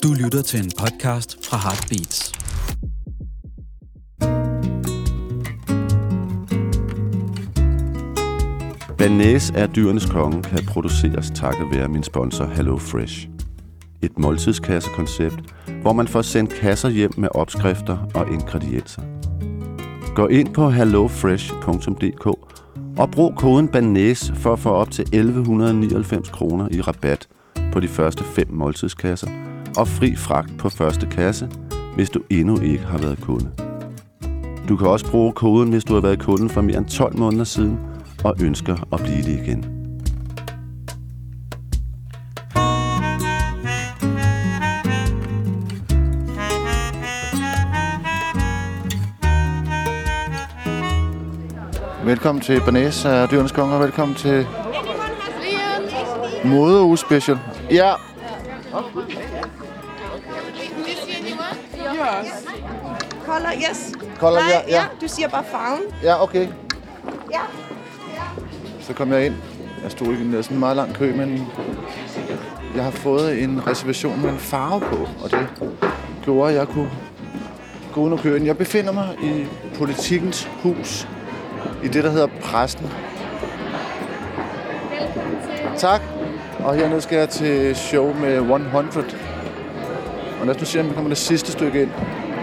Du lytter til en podcast fra Heartbeats. Banæs er dyrenes konge kan produceres takket være min sponsor HelloFresh. Et måltidskassekoncept, hvor man får sendt kasser hjem med opskrifter og ingredienser. Gå ind på hellofresh.dk og brug koden BANÆS for at få op til 1199 kroner i rabat på de første 5 måltidskasser og fri fragt på første kasse, hvis du endnu ikke har været kunde. Du kan også bruge koden, hvis du har været kunde for mere end 12 måneder siden og ønsker at blive det igen. Velkommen til Banæs af Dyrenes Konge, og velkommen til Modeuge Special. Ja. Color, yes. Color, Nej, ja. du siger bare farven. Ja, okay. Ja. Så kom jeg ind. Jeg stod i sådan en meget lang kø, men jeg har fået en reservation med en farve på, og det gjorde, at jeg kunne gå under køen. Jeg befinder mig i Politikens hus, i det, der hedder Pressen. Tak. Og hernede skal jeg til show med 100. Og lad os nu se, om vi kommer det sidste stykke ind.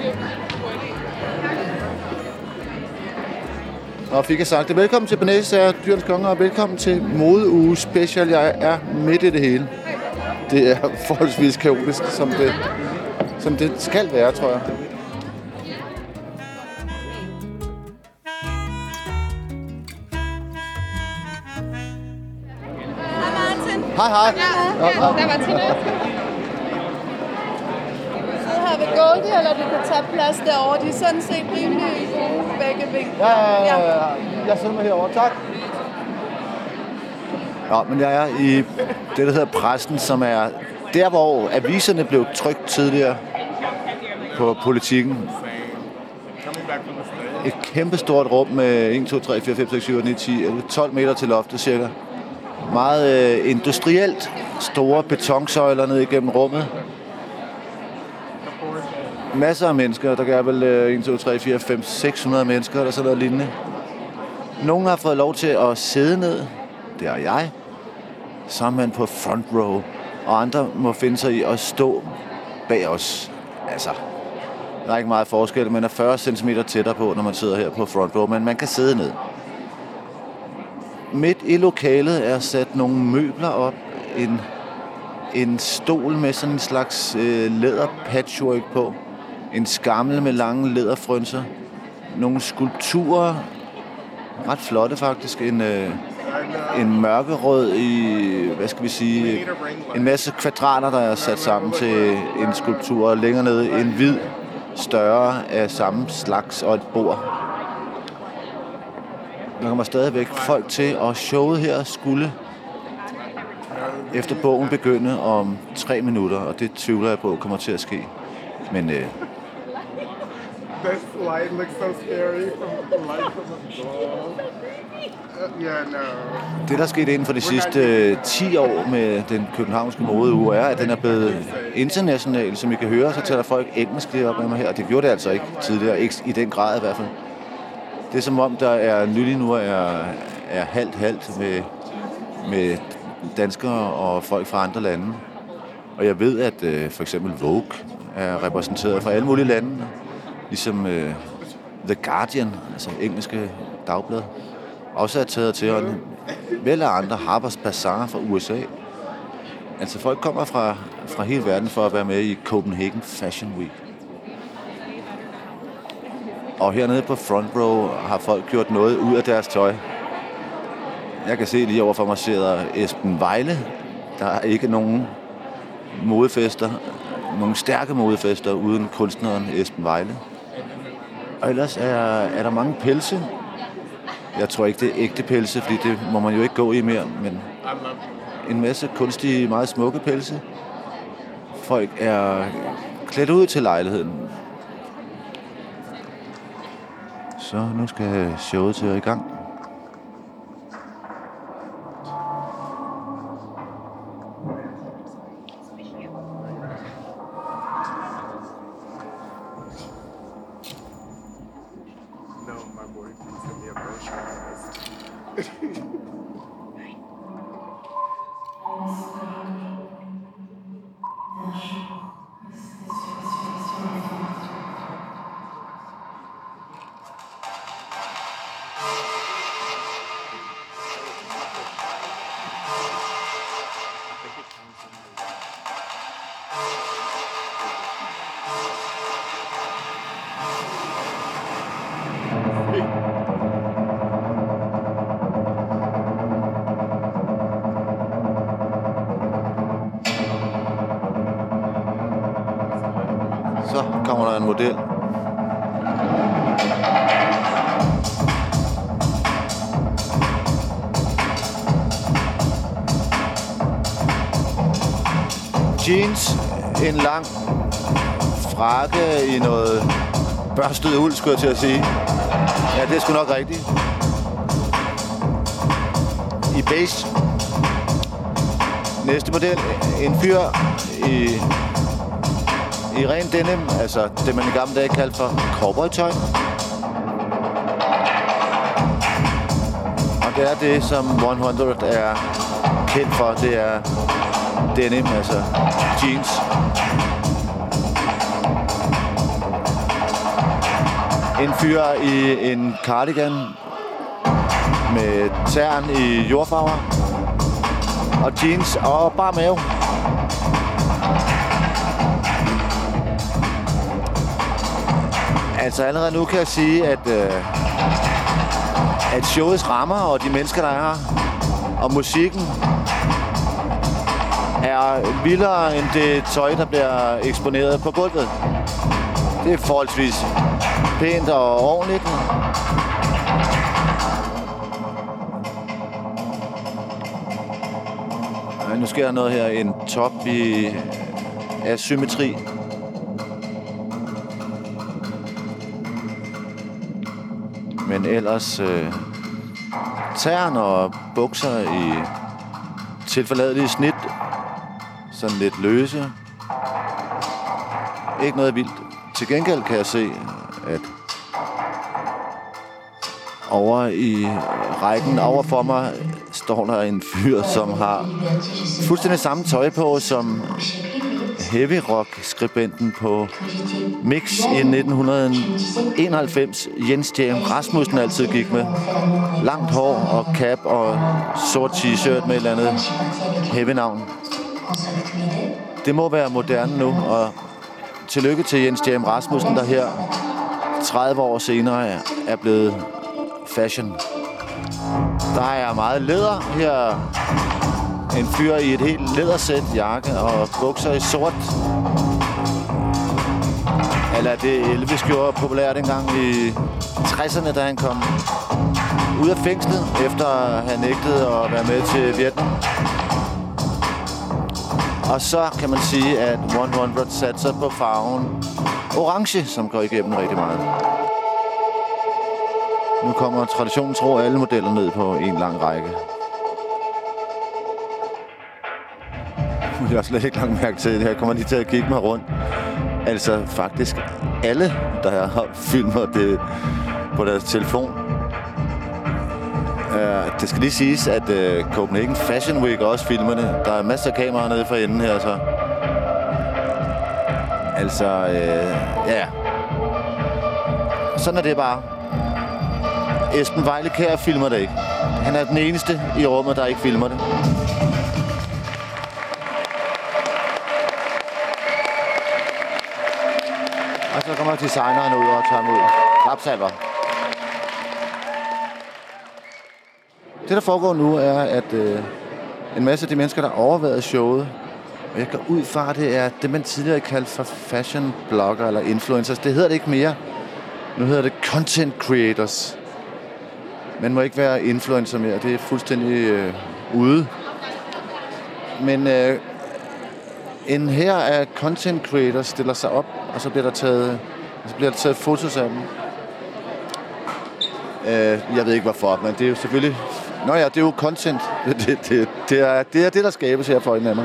Og fik jeg sagt det. Velkommen til Banæs af Dyrenes Konge, og velkommen til Modeuge Special. Jeg er midt i det hele. Det er forholdsvis kaotisk, som det skal være, tror jeg. Hej Martin. Hej. Ja, der var Tina. Sid her ved Goldie, eller du kan tage plads derovre. De er sådan set rimelig gode begge vinkler. Ja. Jeg sidder mig herovre. Tak. Ja, men jeg er i det, der hedder Pressen, som er der, hvor aviserne blev trykt tidligere på Politikken. Et kæmpestort rum med 1, 2, 3, 4, 5, 6, 7, 8, 9, 10, 11, 12 meter til loftet cirka. Meget industrielt. Store betonsøjler ned igennem rummet. Masser af mennesker. Der er vel 1, 2, 3, 4, 5, 600 mennesker eller sådan noget lignende. Nogle har fået lov til at sidde ned. Det er jeg. Så er man på front row. Og andre må finde sig i at stå bag os. Altså, der er ikke meget forskel. Man er 40 cm tættere på, når man sidder her på front row. Men man kan sidde ned. Midt i lokalet er sat nogle møbler op. En stol med sådan en slags læderpatchwork på. En skammel med lange læderfrønser. Nogle skulpturer. Ret flotte faktisk. En mørkerød i, hvad skal vi sige, en masse kvadrater, der er sat sammen til en skulptur. Længere nede en hvid, større af samme slags og et bord. Der kommer stadigvæk folk til, og showet her skulle efter bogen begynde om 3 minutter, og det tvivler jeg på kommer til at ske. Men This light looks so scary from the light from the door. Yeah, no. det, der skete inden for de sidste 10 år med den københavnske modeuge, er, at den er blevet international. Som I kan høre, så taler folk engelsk lige op med mig her, og det gjorde det altså ikke tidligere, ikke i den grad i hvert fald. Det er som om, der er nylig nu er halvt med danskere og folk fra andre lande. Og jeg ved, at for eksempel Vogue er repræsenteret fra alle mulige lande. Ligesom The Guardian, altså engelske dagblad, også er taget til hånden. Vel af andre, Harper's Bazaar fra USA. Altså folk kommer fra hele verden for at være med i Copenhagen Fashion Week. Og hernede på front row har folk gjort noget ud af deres tøj. Jeg kan se lige overfor mig sidder Esben Vejle. Der er ikke nogen modefester, nogle stærke modefester uden kunstneren Esben Vejle. Og ellers er der mange pelse. Jeg tror ikke, det er ægte pelse, fordi det må man jo ikke gå i mere, men en masse kunstige, meget smukke pelse. Folk er klædt ud til lejligheden. Så nu skal showet til at i gang. Så kommer der en model. Jeans, en lang frakke i noget børstet uld, skulle jeg til at sige. Ja, det er sgu nok rigtigt. I beige. Næste model, en fyr i ren denim, altså det man i gamle dage kaldte for cowboytøj. Og det er det, som 100 er kendt for, det er denim, altså jeans. En fyr i en cardigan med tern i jordfarver og jeans og bare mave. Altså allerede nu kan jeg sige, at showets rammer og de mennesker, der er her, og musikken er vildere end det tøj, der bliver eksponeret på gulvet. Det er forholdsvis pænt og ordentligt. Nu sker der noget her. En top i asymmetri. Men ellers tern og bukser i tilforladelige snit. Sådan lidt løse. Ikke noget vildt. Til gengæld kan jeg se, at over i rækken overfor mig står der en fyr, som har fuldstændig samme tøj på som heavy rock-skribenten på Mix i 1991. Jens Jam Rasmussen altid gik med. Langt hår og cap og sort t-shirt med et eller andet heavy-navn. Det må være moderne nu, og tillykke til Jens Jam Rasmussen, der her 30 år senere er blevet fashion. Der er meget læder her. En fyr i et helt lædersæt, jakke og bukser i sort. Eller det Elvis gjorde populært engang i 60'erne, da han kom ud af fængslet, efter han nægtede at være med til Vietnam. Og så kan man sige, at 100 satser på farven orange, som går igennem rigtig meget. Nu kommer traditionen tro alle modeller ned på en lang række. Jeg har slet ikke langt mærke til det. Jeg kommer lige til at kigge mig rundt. Altså faktisk alle, der har filmet det på deres telefon. Det skal lige siges, at Copenhagen Fashion Week også filmer det. Der er masser af kameraer nede for enden her, så. Altså, ja. Sådan er det bare. Esben Vejlekær filmer det ikke. Han er den eneste i rummet, der ikke filmer det. Og så kommer designeren ud og tager ham ud. Klapsalver. Det, der foregår nu, er, at en masse af de mennesker, der overvejede showet, og jeg går ud fra, det er det, man tidligere kaldte for fashion blogger eller influencers. Det hedder det ikke mere. Nu hedder det content creators. Man må ikke være influencer mere. Det er fuldstændig ude. Men en her af content creators stiller sig op, og så bliver der taget fotos af dem. Jeg ved ikke hvorfor, men det er jo selvfølgelig. Nå ja, det er jo content. Det er det, der skabes her for hinanden.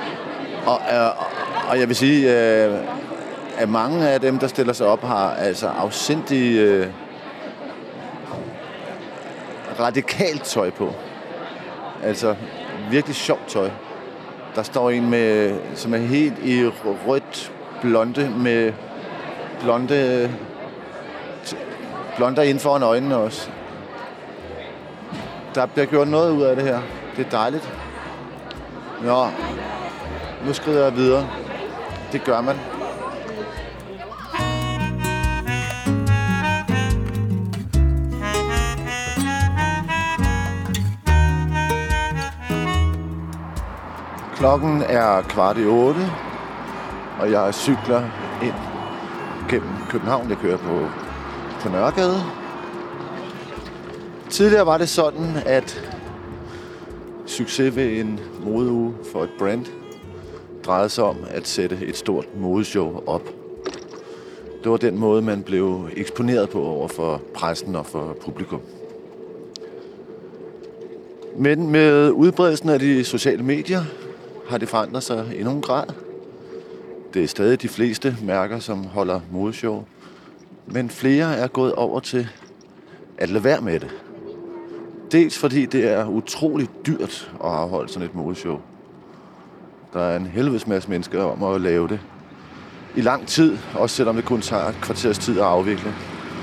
Og jeg vil sige, at mange af dem, der stiller sig op, har altså afsindig radikalt tøj på. Altså virkelig sjovt tøj. Der står en med, som er helt i rødt blonde med blonder inden foran øjnene også. Der bliver gjort noget ud af det her. Det er dejligt. Nå, nu skrider jeg videre. Det gør man. Klokken er 7:15, og jeg cykler ind gennem København. Jeg kører på Nørregade. Tidligere var det sådan, at succes ved en modeuge for et brand drejede sig om at sætte et stort modeshow op. Det var den måde, man blev eksponeret på over for pressen og for publikum. Men med udbredelsen af de sociale medier har det forandret sig i nogen grad. Det er stadig de fleste mærker, som holder modeshow. Men flere er gået over til at lade være med det. Dels fordi det er utroligt dyrt at afholde sådan et modeshow. Der er en helvedes masse mennesker om at lave det i lang tid, også selvom det kun tager et kvarters tid at afvikle.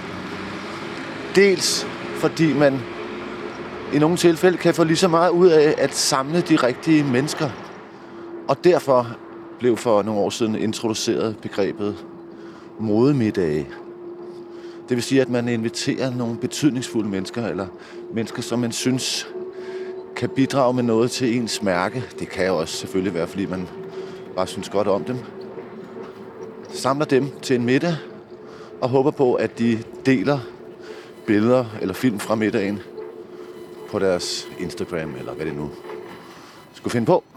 Dels fordi man i nogle tilfælde kan få lige så meget ud af at samle de rigtige mennesker. Og derfor blev for nogle år siden introduceret begrebet modemiddage. Det vil sige, at man inviterer nogle betydningsfulde mennesker, eller mennesker, som man synes kan bidrage med noget til ens mærke. Det kan jo også selvfølgelig være, fordi man bare synes godt om dem. Samler dem til en middag og håber på, at de deler billeder eller film fra middagen på deres Instagram, eller hvad det nu skulle finde på.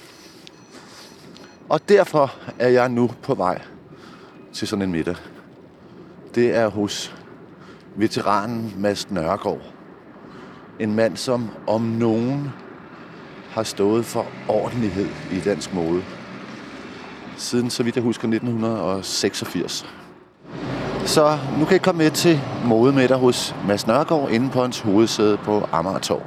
Og derfor er jeg nu på vej til sådan en middag. Det er hos veteranen Mads Nørgaard. En mand, som om nogen har stået for ordentlighed i dansk mode. Siden, så vidt jeg husker, 1986. Så nu kan I komme med til modemiddag hos Mads Nørgaard inde på hans hovedsæde på Amagertorv.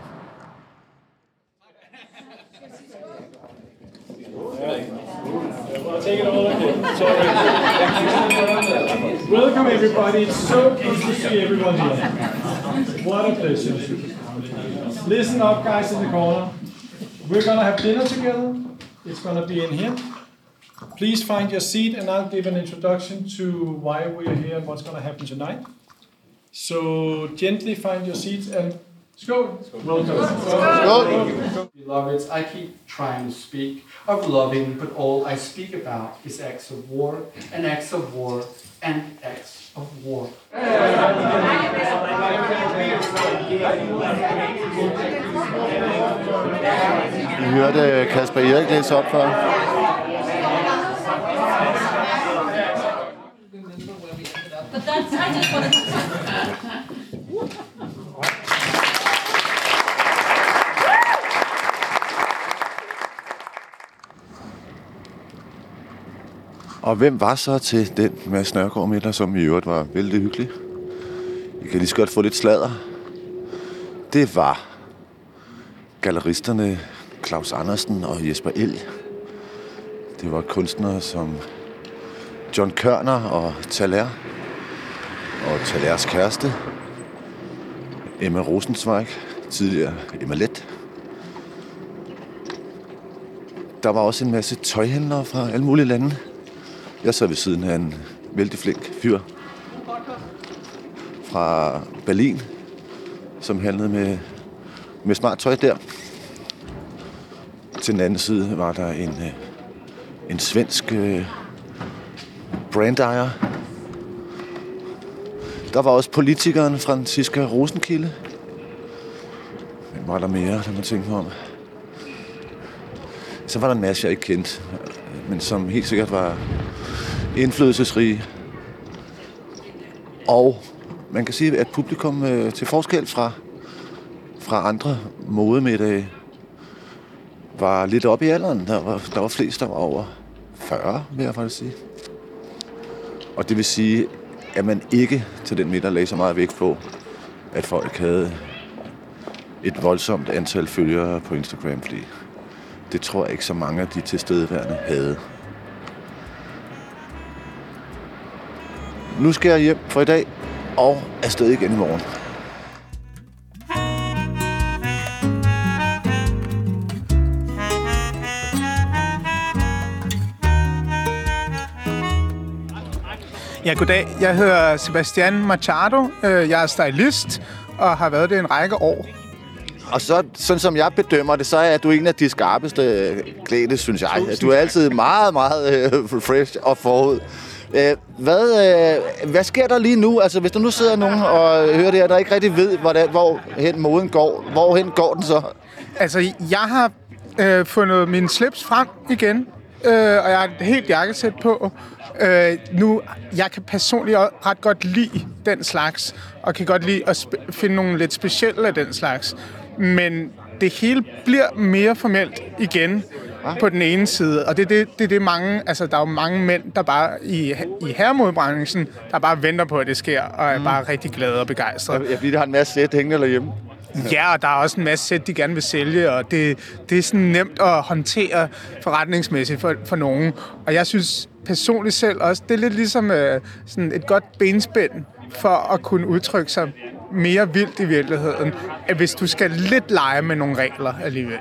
Welcome everybody. It's so good to see everyone here. What a pleasure. Listen up, guys in the corner. We're gonna have dinner together. It's gonna be in here. Please find your seat and I'll give an introduction to why we're here and what's gonna happen tonight. So gently find your seats and skål. Welcome. Skål. Beloveds, I keep trying to speak of loving, but all I speak about is acts of war, and acts of war, and acts of war. Vi hørte Kasper Erik læse op for. Og hvem var så til den Mads Nørgaard middag, som i øvrigt var vældig hyggelig? I kan lige så godt få lidt sladder. Det var galleristerne Claus Andersen og Jesper Elg. Det var kunstnere som John Kørner og Thaler. Og Thalers kæreste, Emma Rosenzweig, tidligere Emma Lett. Der var også en masse tøjhandlere fra alle mulige lande. Jeg sad ved siden af en vældig flink fyr fra Berlin, som handlede med smart tøj der. Til den anden side var der en svensk brandejer. Der var også politikeren Franciska Rosenkilde. Hvem var der mere, der man tænke mig om? Så var der en masse, jeg ikke kendte, men som helt sikkert var indflydelsesrige. Og man kan sige, at publikum til forskel fra andre modemiddage var lidt oppe i alderen. Der var flest, der var over 40, vil jeg faktisk sige. Og det vil sige, at man ikke til den middag lagde så meget vægt på, at folk havde et voldsomt antal følgere på Instagram, fordi det tror jeg ikke så mange af de tilstedeværende havde. Nu skal jeg hjem for i dag, og afsted igen i morgen. Ja, goddag. Jeg hedder Sebastian Machado. Jeg er stylist og har været det en række år. Og så, sådan som jeg bedømmer det, så er du en af de skarpeste klædte, synes jeg. Du er altid meget, meget fresh og forud. Hvad sker der lige nu? Altså, hvis der nu sidder nogen og hører det her, der ikke rigtig ved, hvorhen moden går, hvorhen går den så? Altså, jeg har fundet min slips frem igen, og jeg har et helt jakkesæt på. Jeg kan personligt ret godt lide den slags, og kan godt lide at finde nogle lidt specielle af den slags. Men det hele bliver mere formelt igen på den ene side, og det er det mange, altså der er jo mange mænd, der bare i herremodebranchen, der bare venter på, at det sker, og er bare rigtig glade og begejstrede. Ja, fordi der har en masse sæt hængende derhjemme. Ja, og der er også en masse sæt, de gerne vil sælge, og det er sådan nemt at håndtere forretningsmæssigt for nogen. Og jeg synes personligt selv også, det er lidt ligesom sådan et godt benspænd for at kunne udtrykke sig mere vildt i virkeligheden, at hvis du skal lidt lege med nogle regler alligevel.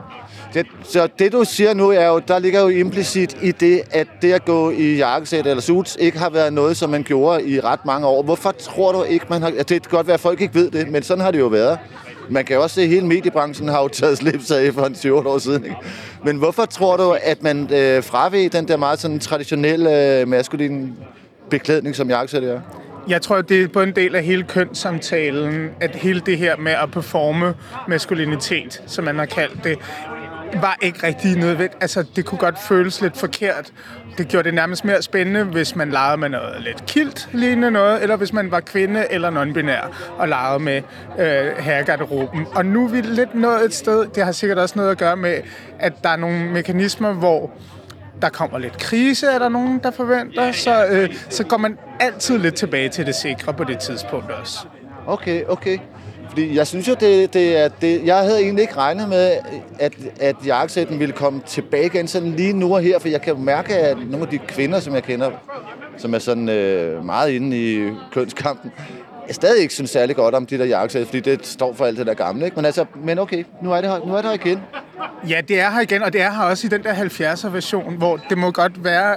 Så det, du siger nu, er jo, der ligger jo implicit i det, at det at gå i jakkesæt eller suits ikke har været noget, som man gjorde i ret mange år. Hvorfor tror du ikke, man har... Det kan godt være, at folk ikke ved det, men sådan har det jo været. Man kan jo også se, at hele mediebranchen har jo taget slips af for en 20 år siden. Ikke? Men hvorfor tror du, at man fraveg den der meget sådan traditionelle maskuline beklædning, som jakkesæt er? Jeg tror, det er på en del af hele kønssamtalen, at hele det her med at performe maskulinitet, som man har kaldt det, var ikke rigtig nødvendigt. Altså, det kunne godt føles lidt forkert. Det gjorde det nærmest mere spændende, hvis man legede med noget lidt kilt lignende noget, eller hvis man var kvinde eller non-binær og legede med herregarderoben. Og nu er vi lidt nået et sted, det har sikkert også noget at gøre med, at der er nogle mekanismer, hvor der kommer lidt krise, er der nogen, der forventer, så går man altid lidt tilbage til det sikre på det tidspunkt også. Okay. Fordi jeg synes jo, jeg havde egentlig ikke regnet med, at jakkesætten ville komme tilbage igen sådan lige nu og her, for jeg kan mærke, at nogle af de kvinder, som jeg kender, som er sådan meget inde i kønskampen, jeg stadig ikke synes særlig godt om de der jakkesæt, fordi det står for alt det der gamle, ikke? Men okay, nu er det her igen. Ja, det er her igen, og det er her også i den der 70'er version, hvor det må godt være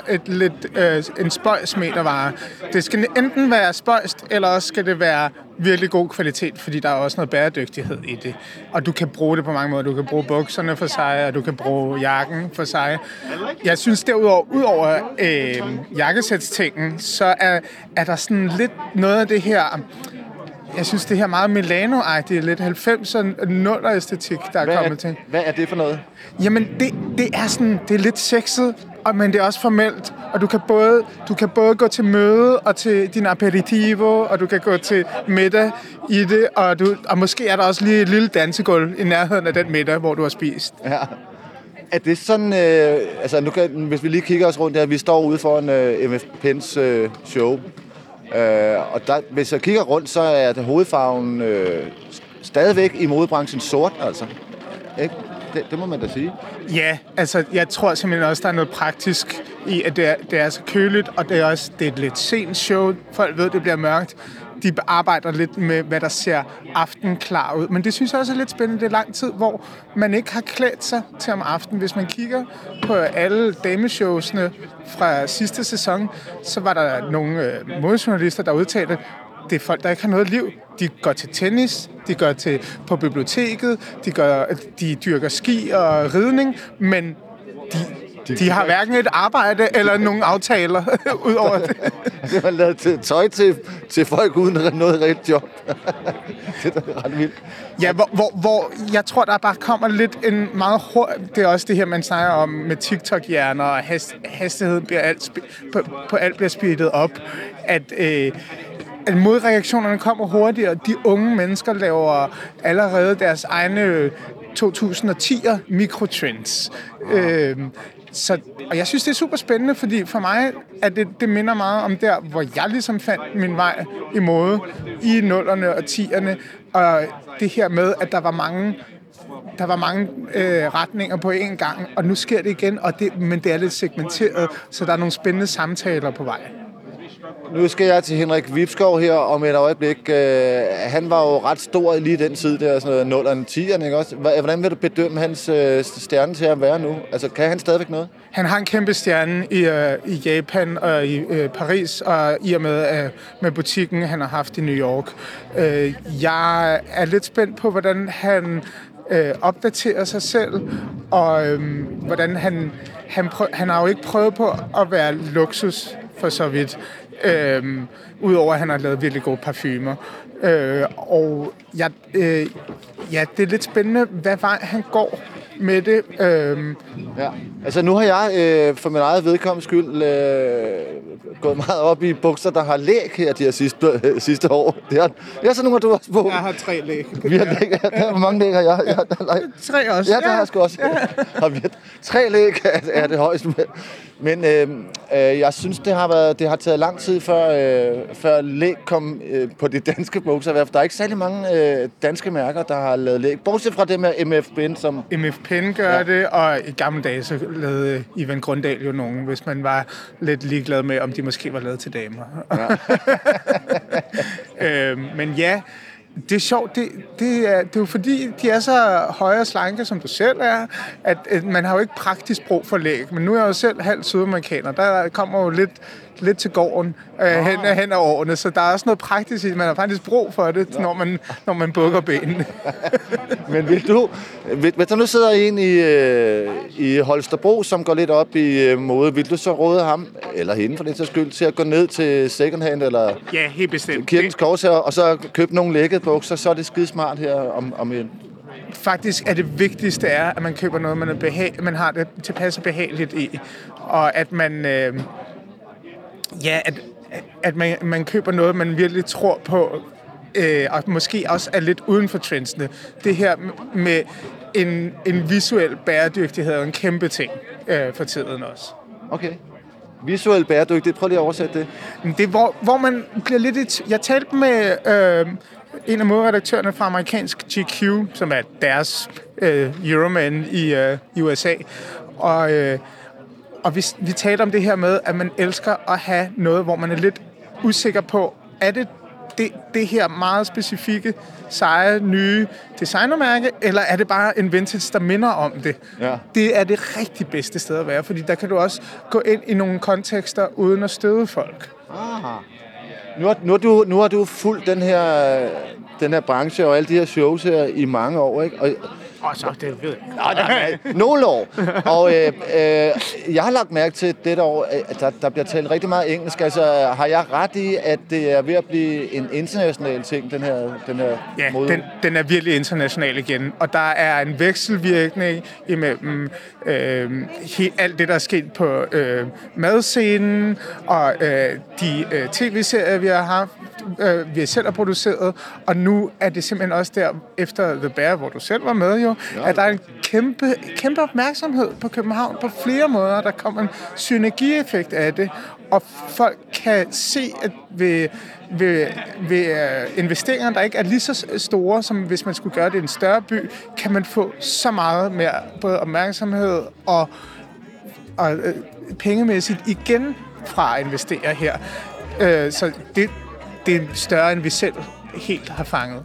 en spøjsmetervare. Det skal enten være spøjst, eller også skal det være virkelig god kvalitet, fordi der er også noget bæredygtighed i det. Og du kan bruge det på mange måder. Du kan bruge bukserne for sig, og du kan bruge jakken for sig. Jeg synes derudover, udover jakkesætstingen, så er der sådan lidt noget af det her... Jeg synes, det her meget Milano-agtige, lidt 90'er nuller-æstetik, der er kommet til. Hvad er det for noget? Jamen, det er sådan, det er lidt sexet, men det er også formelt. Og du kan både gå til møde og til din aperitivo, og du kan gå til middag i det, og måske er der også lige et lille dansegulv i nærheden af den middag, hvor du har spist. Ja. Er det sådan, hvis vi lige kigger os rundt her, vi står ude foran MF Pens show, og hvis jeg kigger rundt, så er det hovedfarven stadigvæk i modebranchen sort, altså. Ikke? Det må man da sige. Ja, altså jeg tror simpelthen også, der er noget praktisk i, at det er så køligt, og det er et lidt sent show. Folk ved, det bliver mørkt. De arbejder lidt med, hvad der ser aftenklar ud. Men det synes jeg også er lidt spændende. Det er lang tid, hvor man ikke har klædt sig til om aftenen. Hvis man kigger på alle dameshowsene fra sidste sæson, så var der nogle modejournalister, der udtalte, det er folk, der ikke har noget liv. De går til tennis, de går på biblioteket, de dyrker ski og ridning, men de har hverken et arbejde eller nogen aftaler ud over det. Det var lavet tøj til folk uden noget reelt job. Det er ret vildt. Ja, hvor jeg tror, der bare kommer lidt en meget det er også det her, man snakker om med TikTok-hjerner, og hastigheden bliver alt bliver speedet op. At modreaktionerne kommer hurtigere. De unge mennesker laver allerede deres egne 2010'er mikrotrends. Og jeg synes, det er super spændende, fordi for mig er det minder meget om der, hvor jeg ligesom fandt min vej i mode i 0'erne og 10'erne. Og det her med, at der var mange retninger på én gang, og nu sker det igen, men det er lidt segmenteret, så der er nogle spændende samtaler på vej. Nu skal jeg til Henrik Vibskov her om et øjeblik. Han var jo ret stor lige i den tid, der sådan 0'erne, 10'erne, ikke også? Hvordan vil du bedømme hans stjerne til at være nu? Altså, kan han stadigvæk noget? Han har en kæmpe stjerne i Japan og i Paris, og i og med butikken, han har haft i New York. Jeg er lidt spændt på, hvordan han opdaterer sig selv, og hvordan han har jo ikke prøvet på at være luksus for så vidt. Udover at han har lavet virkelig gode parfumer. Og det er lidt spændende, hvad vej han går med det. Ja, altså nu har jeg for min eget vedkommende skyld gået meget op i bukser, der har læg her de her sidste år. Det er så nogle, du også på. Jeg har 3 læg. Vi har læg. Hvor mange læg har jeg? 3 også. Ja, det har jeg sgu også. Ja. 3 læg er det højeste. Men jeg synes, det har taget lang tid, før læg kom på de danske bukser. Der er ikke særlig mange danske mærker, der har lavet læg. Bortset fra det med MF Pen, som... MF Pen gør det, og i gamle dage så lavede Ivan Grundal jo nogen, hvis man var lidt ligeglad med, om de måske var lavet til damer. Ja. Men ja, det er sjovt. Det er jo fordi, de er så høje og slanke, som du selv er, at man har jo ikke praktisk brug for læg. Men nu er jeg jo selv halv sydamerikaner. Der kommer jo lidt til gården hen ad årene, så der er også noget praktisk i, man har faktisk brug for det, når man bukker benene. Men hvis der nu sidder en i Holstebro, som går lidt op i mode, vil du så råde ham, eller hende for den sags skyld, til at gå ned til second hand, eller ja, helt bestemt. Kirkens Korshær, og så købe nogle lækkede bukser, så er det skidesmart her om en... Faktisk er det vigtigste at man køber noget, man har det tilpas behageligt i, og at man... at man køber noget, man virkelig tror på, og måske også er lidt uden for trendsene. Det her med en visuel bæredygtighed er en kæmpe ting for tiden også. Okay. Visuel bæredygtighed, prøv lige at oversætte det. Det er, hvor man bliver lidt... Jeg talte med en af moderedaktørerne fra amerikansk GQ, som er deres Euroman i USA, og vi taler om det her med, at man elsker at have noget, hvor man er lidt usikker på, er det her meget specifikke, seje, nye designermærke, eller er det bare en vintage, der minder om det? Ja. Det er det rigtig bedste sted at være, fordi der kan du også gå ind i nogle kontekster, uden at støde folk. Nu har du fulgt den her branche og alle de her shows her i mange år, ikke? Så det ved jeg. Nogle år. Og jeg har lagt mærke til dette år, at der bliver talt rigtig meget engelsk. Altså, har jeg ret i, at det er ved at blive en international ting, den her mode? Ja, den er virkelig international igen. Og der er en vekselvirkning imellem alt det, der er sket på madscenen, og de tv-serier, vi har haft, vi selv har produceret. Og nu er det simpelthen også der, efter The Bear, hvor du selv var med jo, at der er en kæmpe opmærksomhed på København på flere måder. Der kommer en synergieffekt af det, og folk kan se, at ved investeringer, der ikke er lige så store, som hvis man skulle gøre det i en større by, kan man få så meget mere både opmærksomhed og pengemæssigt igen fra at investere her. Så det er større, end vi selv helt har fanget.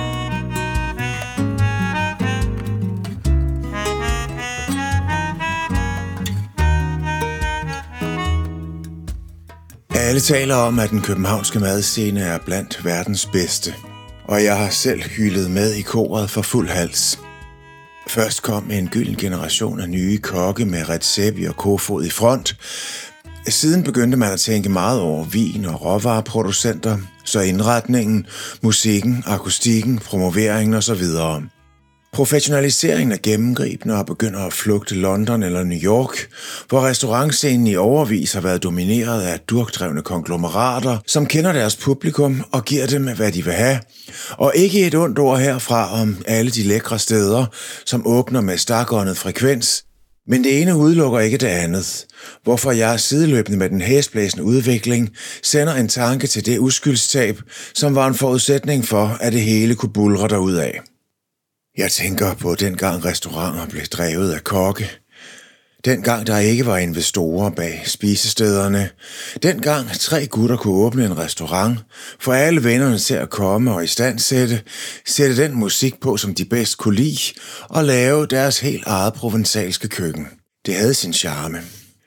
Alle taler om, at den københavnske madscene er blandt verdens bedste, og jeg har selv hyldet med i koret for fuld hals. Først kom en gylden generation af nye kokke med Redzepi og Kofod i front. Siden begyndte man at tænke meget over vin og råvareproducenter, så indretningen, musikken, akustikken, promoveringen osv. Professionaliseringen er gennemgribende og begynder at flugte London eller New York, hvor restaurantscenen i overvis har været domineret af durkdrevne konglomerater, som kender deres publikum og giver dem, hvad de vil have. Og ikke et ondt ord herfra om alle de lækre steder, som åbner med stakåndet frekvens. Men det ene udelukker ikke det andet, hvorfor jeg sideløbende med den hæsblæsende udvikling sender en tanke til det uskyldstab, som var en forudsætning for, at det hele kunne buldre derudad. Jeg tænker på dengang restauranter blev drevet af kokke. Dengang der ikke var investorer bag spisestederne. Dengang 3 gutter kunne åbne en restaurant, for alle vennerne til at komme og sætte den musik på, som de bedst kunne lide, og lave deres helt eget provensalske køkken. Det havde sin charme.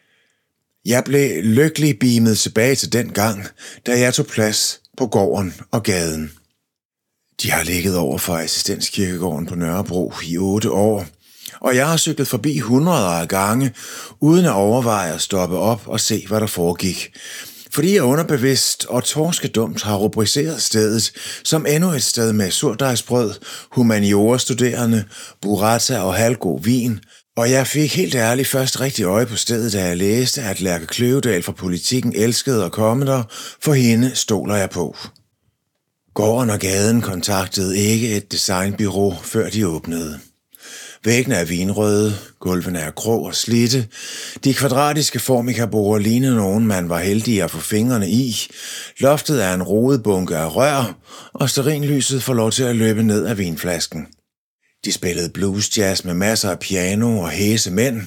Jeg blev lykkelig beamet tilbage til den gang, da jeg tog plads på gården og gaden. De har ligget over for Assistenskirkegården på Nørrebro i 8 år, og jeg har cyklet forbi 100 af gange, uden at overveje at stoppe op og se, hvad der foregik. Fordi jeg underbevidst og torskedumt har rubriceret stedet som endnu et sted med surdejsbrød, humaniora-studerende, burrata og halvgod vin, og jeg fik helt ærligt først rigtig øje på stedet, da jeg læste, at Lærke Kløvedal fra Politikken elskede at komme der, for hende stoler jeg på. Gården og gaden kontaktede ikke et designbureau, før de åbnede. Væggene er vinrøde, gulvene er grå og slidte. De kvadratiske formikaborde lignede nogen, man var heldig at få fingrene i. Loftet er en rodet bunke af rør, og stearinlyset får lov til at løbe ned af vinflasken. De spillede bluesjazz med masser af piano og hæse mænd.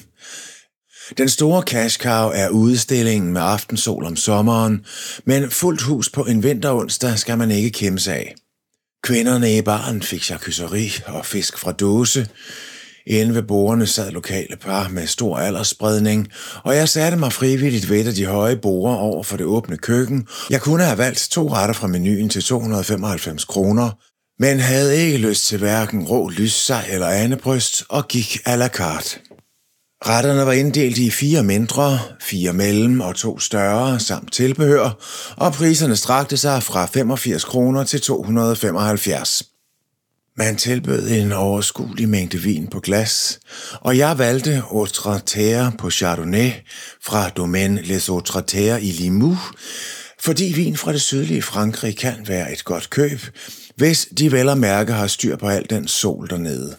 Den store cash cow er udstillingen med aftensol om sommeren, men fuldt hus på en vinteronsdag skal man ikke kimse af. Kvinderne i baren fik charcuterie og fisk fra dåse. Inde ved bordene sad lokale par med stor aldersspredning, og jeg satte mig frivilligt ved af de høje borde over for det åbne køkken. Jeg kunne have valgt 2 retter fra menuen til 295 kroner, men havde ikke lyst til hverken rå lyssej eller andebryst og gik à la carte. Retterne var inddelt i 4 mindre, 4 mellem og 2 større samt tilbehør, og priserne strakte sig fra 85 kroner til 275. Man tilbød en overskuelig mængde vin på glas, og jeg valgte Autre-Terre på Chardonnay fra Domaine Les Autre-Terre i Limoux, fordi vin fra det sydlige Frankrig kan være et godt køb, hvis de vel at mærke har styr på al den sol dernede.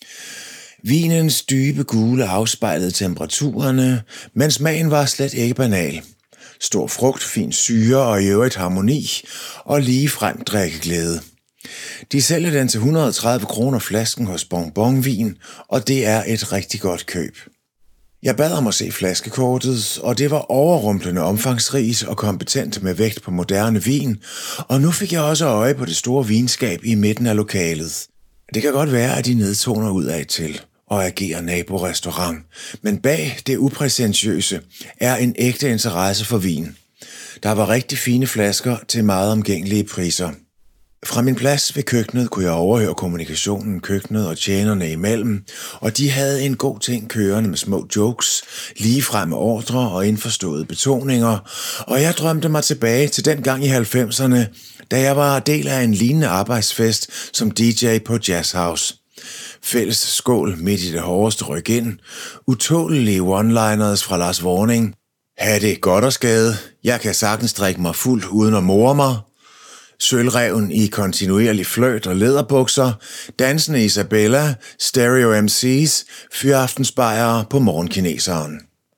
Vinens dybe gule afspejlede temperaturerne, men smagen var slet ikke banal. Stor frugt, fin syre og i øvrigt harmoni og ligefrem drikkeglæde. De sælger den til 130 kroner flasken hos Bonbonvin, og det er et rigtig godt køb. Jeg bad om at se flaskekortet, og det var overrumplende omfangsrigt og kompetent med vægt på moderne vin, og nu fik jeg også øje på det store vinskab i midten af lokalet. Det kan godt være, at de nedtoner ud af til og agerer naborestaurant, men bag det upræsentiøse er en ægte interesse for vin. Der var rigtig fine flasker til meget omgængelige priser. Fra min plads ved køkkenet kunne jeg overhøre kommunikationen køkkenet og tjenerne imellem, og de havde en god ting kørende med små jokes, ligefremme ordre og indforståede betoninger, og jeg drømte mig tilbage til den gang i 90'erne, da jeg var del af en lignende arbejdsfest som DJ på Jazz House. Fælles skål midt i det hårdeste ryk ind, utålelige one-liners fra Lars Vorning. Ha' det godt og skade, jeg kan sagtens drikke mig fuld uden at more mig. Sølvreven i kontinuerlig fløjt og læderbukser, dansende Isabella, stereo MC's, fyraftensbajere på morgenkineseren.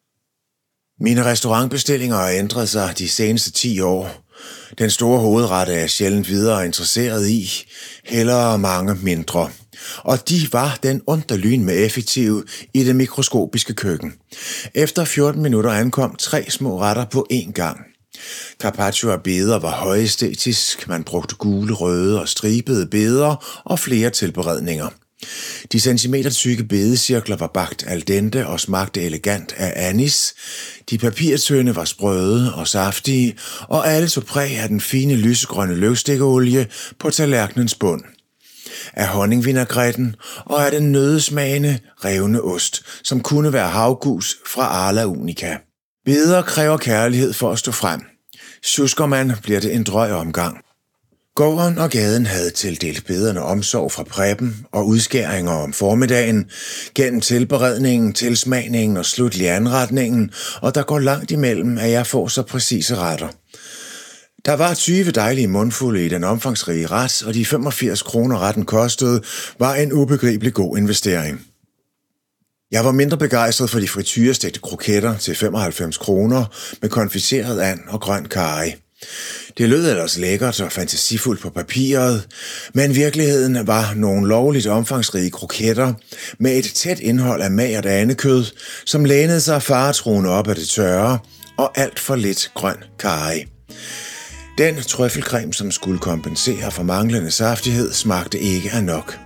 Mine restaurantbestillinger har ændret sig de seneste 10 år. Den store hovedret er jeg sjældent videre interesseret i, hellere mange mindre. Og de var den underlyn med effektive i det mikroskopiske køkken. Efter 14 minutter ankom 3 små retter på én gang. Carpaccio af beder var højæstetisk, man brugte gule, røde og stribede beder og flere tilberedninger. De centimetertykke bedecirkler var bagt al dente og smagte elegant af anis. De papirtønde var sprøde og saftige, og alle tog præg af den fine lysegrønne løvstikkeolie på tallerkenens bund. Af honningvinagretten og af den nødesmagende revne ost, som kunne være havgus fra Arla Unica. Beder kræver kærlighed for at stå frem. Sjusker man, bliver det en drøj omgang. Gården og gaden havde tildelt bederne omsorg fra Preben og udskæringer om formiddagen, gennem tilberedningen, tilsmagningen og slutlig anretningen, og der går langt imellem, at jeg får så præcise retter. Der var 20 dejlige mundfulde i den omfangsrige ret, og de 85 kroner retten kostede, var en ubegribelig god investering. Jeg var mindre begejstret for de frityrestegte kroketter til 95 kroner med konfiteret and og grøn karry. Det lød ellers lækkert og fantasifuldt på papiret, men virkeligheden var nogle lovligt omfangsrige kroketter med et tæt indhold af magert andekød, som lænede sig faretruende op af det tørre, og alt for lidt grøn karry. Den trøffelcreme, som skulle kompensere for manglende saftighed, smagte ikke af nok.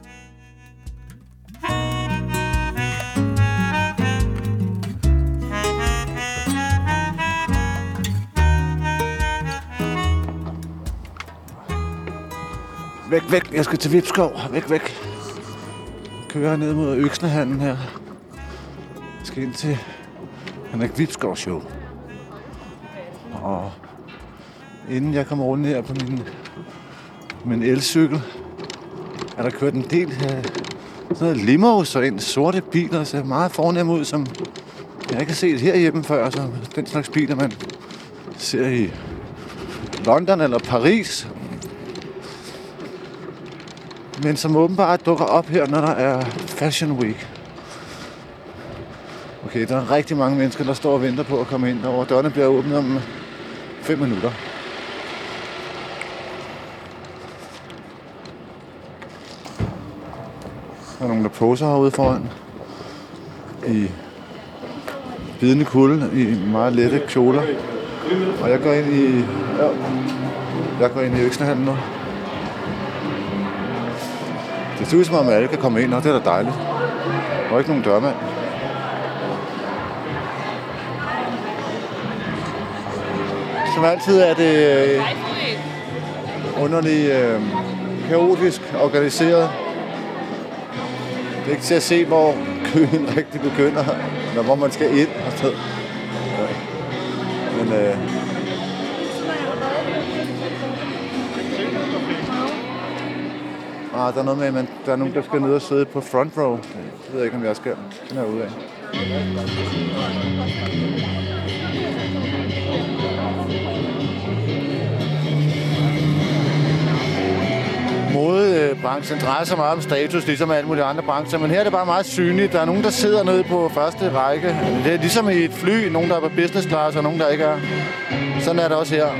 Væk, væk. Jeg skal til Vipskov. Væk, væk. Kører ned mod Øksnehallen her. Jeg skal ind til Henrik Vipskov show. Og inden jeg kommer rundt her på min elcykel, er der kørt en del sådan noget limos og en sorte biler, der ser meget fornem ud, som jeg ikke har set herhjemme før. Så den slags biler, man ser i London eller Paris, men som åbenbart dukker op her, når der er Fashion Week. Okay, der er rigtig mange mennesker, der står og venter på at komme ind over. Dørene bliver åbnet om 5 minutter. Der er nogen, der poser herude foran i bidende kulde i meget lette kjoler. Og jeg går ind i Øksnehallen nu. Det ser ud som om, alle kan komme ind, og det er da dejligt. Der er ikke nogen dørmand. Som altid er det underligt kaotisk organiseret. Det er ikke til at se, hvor køen rigtig begynder, eller hvor man skal ind og sådan. Men der er noget med, at der er nogen, der skal ned og sidde på front row. Det ved jeg ikke, om jeg skal. Den er ude af. Modebranchen drejer sig meget om status, ligesom alle mulige andre brancher, men her er det bare meget synligt. Der er nogen, der sidder nede på første række. Det er ligesom i et fly, nogen der er på business class, og nogen der ikke er. Sådan er det også her.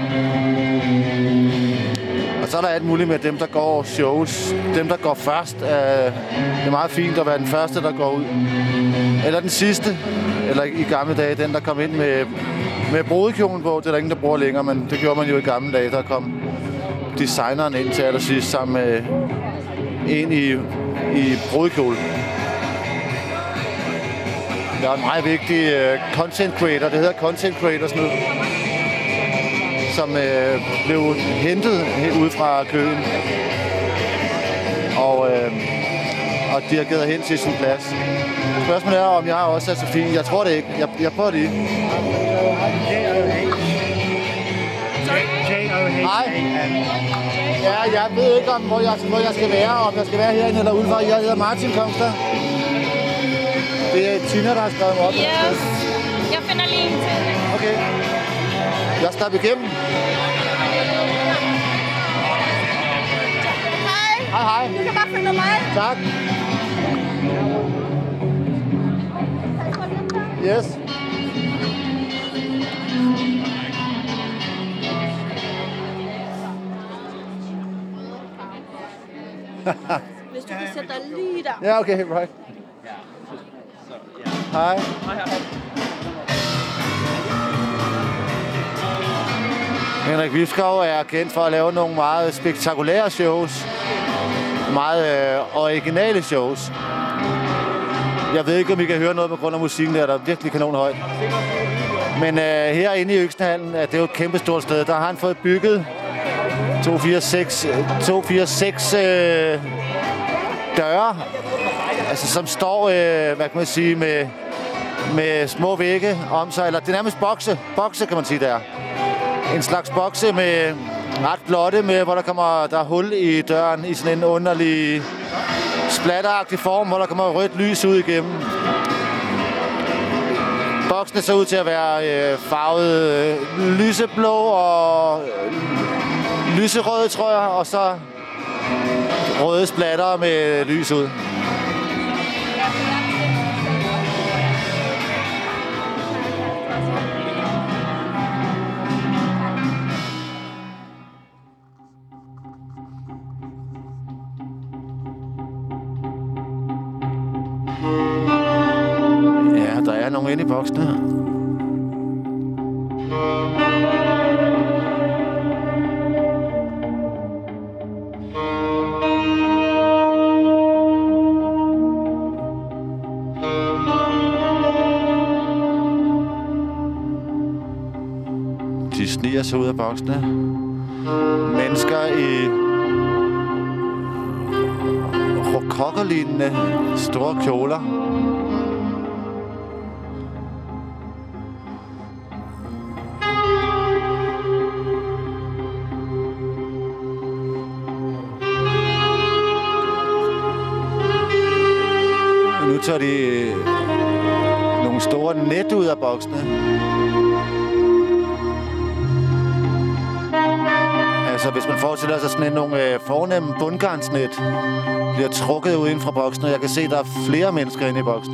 Og så er der alt muligt med dem, der går shows. Dem, der går først. Det er meget fint at være den første, der går ud. Eller den sidste. Eller i gamle dage, den, der kom ind med brudekjolen på. Det er der ingen, der bruger længere, men det gjorde man jo i gamle dage. Der kom designeren ind til allersidst sammen med en i brudekjole. Der er en meget vigtig content creator. Det hedder content creators nu. Som blev hentet ud fra køen og dirigeret hen til sin plads. Spørgsmålet er, om jeg også er så fin. Jeg tror det ikke. Jeg prøver det. Hej. Ja, jeg ved ikke, om hvor jeg skal være. Om jeg skal være herinde eller udenfor. Jeg hedder Martin Kongstad. Det er Tina, der har skrevet mig op. Yes. Jeg finder lige en til. Okay. Jeg slap igennem. Hej. Hej. Du kan bare finde mig. Tak. Yes. Hvis du kan sætte dig lige der. Ja, okay, right. Hej. Henrik Vipskov er kendt for at lave nogle meget spektakulære shows. Meget originale shows. Jeg ved ikke, om I kan høre noget på grund af musikken der er virkelig kanonhøjt. Men herinde i Øksnehallen, det er jo et kæmpe stort sted. Der har han fået bygget 246 døre, altså som står, hvad kan man sige, med små vægge om sig, eller det er nærmest bokse kan man sige der. En slags bokse ret flotte med, hvor der er hul i døren i sådan en underlig splatteragtig form, hvor der kommer rødt lys ud igennem. Boksene ser ud til at være farvet lyseblå og lyserøde, tror jeg, og så røde splatter med lys ud. Ja, der er nogen inde i boksen her. De sniger sig ud af boksene. Mennesker i rokokkerlignende store kjoler. Nu tager de nogle store net ud af boksene. Altså, hvis man forestiller sig sådan nogle fornemme bundgarnsnet, bliver trukket ud inden fra boksene. Jeg kan se, der er flere mennesker inde i boksene.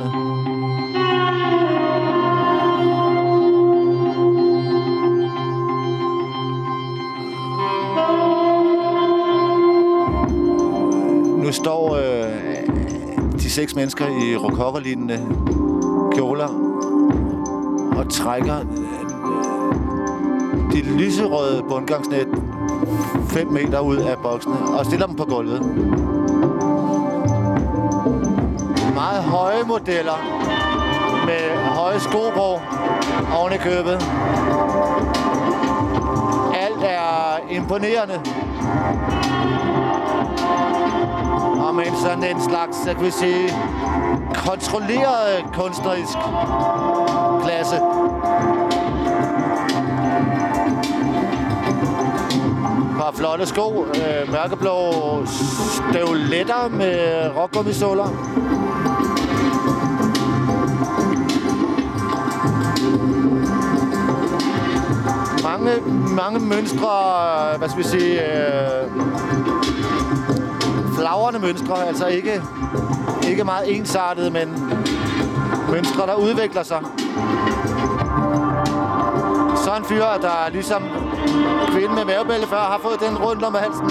Nu står de 6 mennesker i rokokkerlignende kjoler og trækker de lyserøde bundgangsnet 5 meter ud af boksene og stiller dem på gulvet. Meget høje modeller med høje sko på oven i købet. Alt er imponerende. Og med sådan en slags, jeg kan sige, kontrolleret kunstnerisk klasse. Par flotte sko, mørkeblå støvletter med rockgummisåler. Mange mønstre, hvad skal vi sige, flagrende mønstre, altså ikke meget ensartede, men mønstre, der udvikler sig. Så en fyr, der ligesom kvinden med mavebælte før, har fået den rundt om halsen.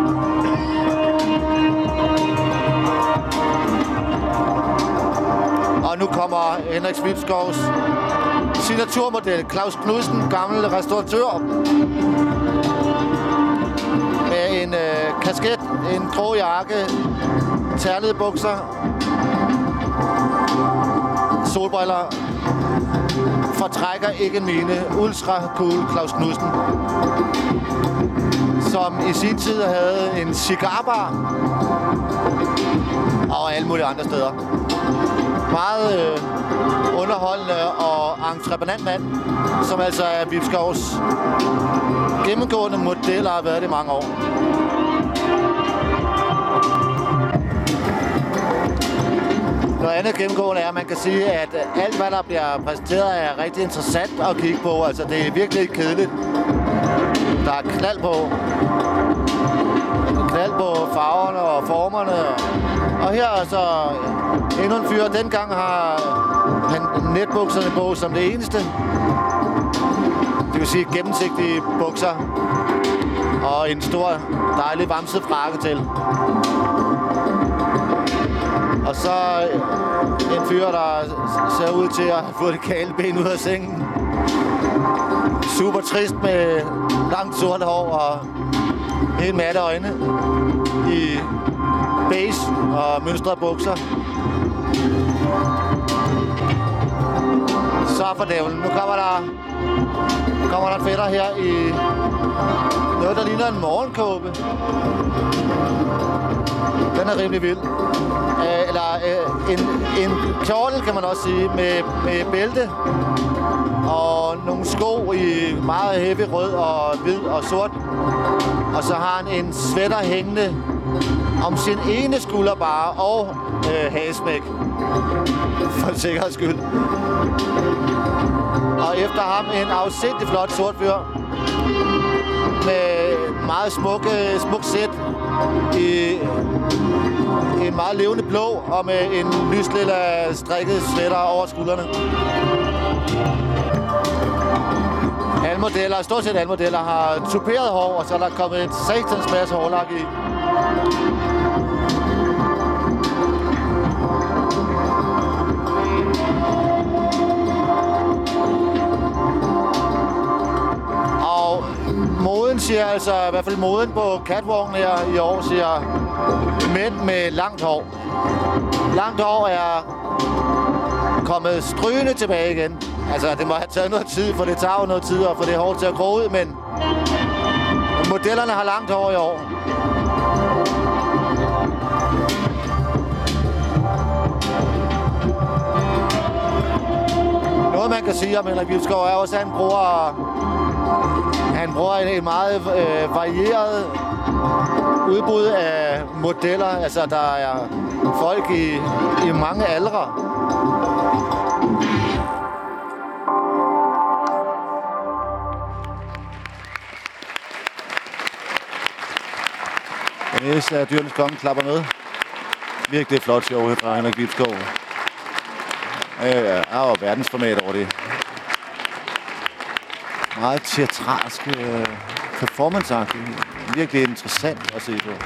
Og nu kommer Henrik Svipskovs signaturmodel, Claus Knudsen, gammel restauratør. Med en kasket, en grå jakke, ternede bukser, solbriller. Fortrækker ikke en mine. Ultra cool Claus Knudsen, som i sin tid havde en cigarbar og alle mulige andre steder. Meget underholdende og entreprenant mand, som altså er Vipskovs gennemgående modeller har været det i mange år. Noget andet gennemgående er, at man kan sige, at alt, hvad der bliver præsenteret, er rigtig interessant at kigge på. Altså, det er virkelig ikke kedeligt. Der er knald på. Knald på farverne og formerne. Og her er så endnu en fyr. Dengang har han netbukserne på som det eneste. Det vil sige gennemsigtige bukser. Og en stor, dejlig vamset frakke til. Og så en fyr, der ser ud til at få det kale ben ud af sengen. Super trist med langt sort hår og helt matte øjne i beige og mønstrede bukser. Så for dævlen. Nu kommer der en fætter her i noget, der ligner en morgenkåbe. Den er rimelig vild. En kjortel, kan man også sige, med bælte. Og nogle sko i meget heavy rød og hvid og sort. Og så har han en sweater hængende om sin ene skulder bare, og hagesmæk. For en sikkerheds skyld. Og efter ham en afsindig flot sort fyr. Med meget smuk sæt i en meget levende blå, og med en lyslilla strikket sweater over skuldrene. Alle modeller, stort set alle modeller, har tuperet hår, og så er der kommet en satans masse hårlak i. Og moden siger altså, i hvert fald moden på catwalken her i år, siger mænd med langt hår. Langt hår er kommet strygende tilbage igen. Altså, det må have taget noget tid, for det tager jo noget tid at få det hår til at gro ud, men modellerne har langt hår i år. Noget, man kan sige om Henrik Wibskov er også, at han bruger en meget varieret udbud af modeller. Altså, der er folk i mange aldre. Den næste af Dyrenes Konge klapper med. Virkelig flot show her fra Henrik Wibskov. Jeg er jo verdensformat over det. Meget teatralsk performanceagtigt. Virkelig interessant at se på.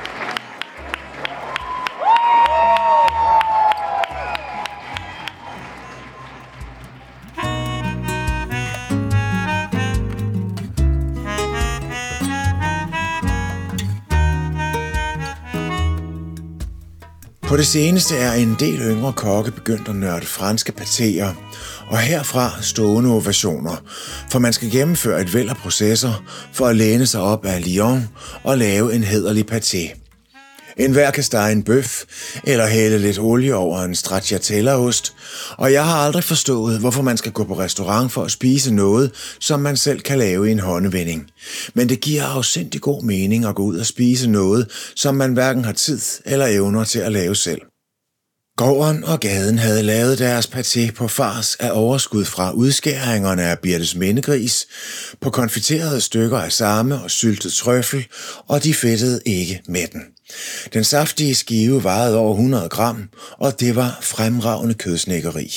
På det seneste er en del yngre kokke begyndt at nørde franske patéer, og herfra stående ovationer, for man skal gennemføre et væld af processer for at læne sig op af Lyon og lave en hæderlig paté. Enhver kan stege en bøf eller hælde lidt olie over en stracciatella-ost, og jeg har aldrig forstået, hvorfor man skal gå på restaurant for at spise noget, som man selv kan lave i en håndevending. Men det giver afsindig god mening at gå ud og spise noget, som man hverken har tid eller evner til at lave selv. Gården og Gaden havde lavet deres paté på fars af overskud fra udskæringerne af Birtes mindegris, på konfiterede stykker af samme og syltet trøffel, og de fedtede ikke med den. Den saftige skive vejede over 100 gram, og det var fremragende kødsnækkeri.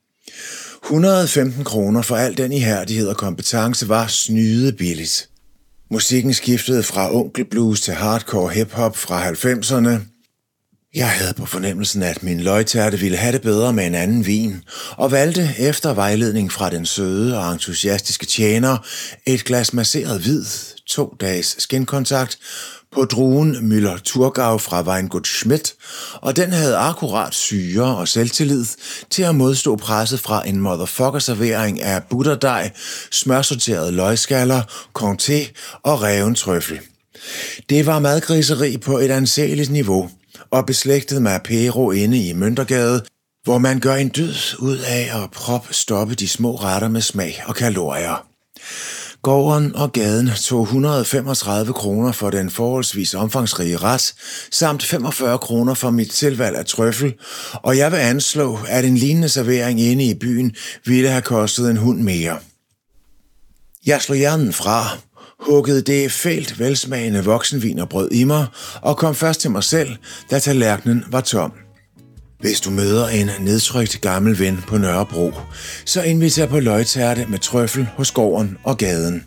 115 kroner for al den ihærdighed og kompetence var snyde billigt. Musikken skiftede fra onkelblues til hardcore hiphop fra 90'erne. Jeg havde på fornemmelsen, at min løgtærte ville have det bedre med en anden vin, og valgte efter vejledning fra den søde og entusiastiske tjener et glas masseret hvid, 2 dages skinkontakt, på druen Müller-Thurgau fra Weingut Schmidt, og den havde akkurat syre og selvtillid til at modstå presset fra en motherfucker-servering af butterdej, smørsorterede løgskaller, comté og reven trøffel. Det var madgriseri på et anseeligt niveau, og beslægtet med apero inde i Møntergade, hvor man gør en dyd ud af at stoppe de små retter med smag og kalorier. Gården og Gaden tog 135 kroner for den forholdsvis omfangsrige ret, samt 45 kroner for mit tilvalg af trøffel, og jeg vil anslå, at en lignende servering inde i byen ville have kostet en hund mere. Jeg slog hjernen fra, huggede det fælt velsmagende voksenvinerbrød i mig og kom først til mig selv, da tallerkenen var tom. Hvis du møder en nedtrykt gammel ven på Nørrebro, så inviter på løgtærte med trøffel hos Gården og Gaden.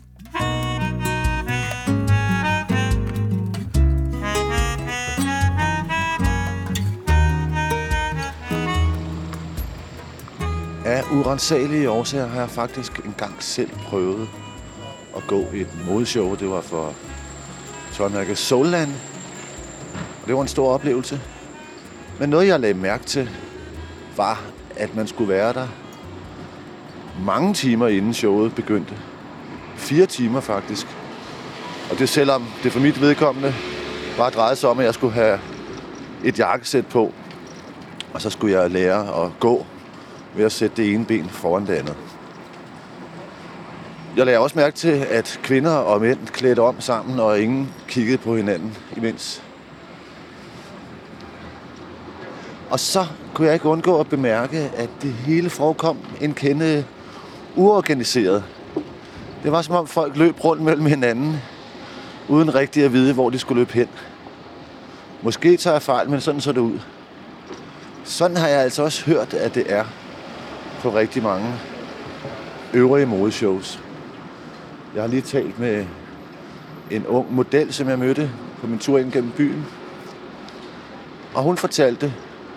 Af urensagelige årsager har jeg faktisk engang selv prøvet at gå i et modeshow. Det var for tøjmærket Soulland. Og det var en stor oplevelse. Men noget, jeg lagde mærke til, var, at man skulle være der mange timer inden showet begyndte. 4 timer faktisk. Og det selvom det for mit vedkommende bare drejede sig om, at jeg skulle have et jakkesæt på. Og så skulle jeg lære at gå ved at sætte det ene ben foran det andet. Jeg lagde også mærke til, at kvinder og mænd klædte om sammen, og ingen kiggede på hinanden imens. Og så kunne jeg ikke undgå at bemærke, at det hele forekom en kende uorganiseret. Det var som om folk løb rundt mellem hinanden, uden rigtig at vide, hvor de skulle løbe hen. Måske tager jeg fejl, men sådan så det ud. Sådan har jeg altså også hørt, at det er på rigtig mange øvrige modeshows. Jeg har lige talt med en ung model, som jeg mødte på min tur ind gennem byen. Og hun fortalte,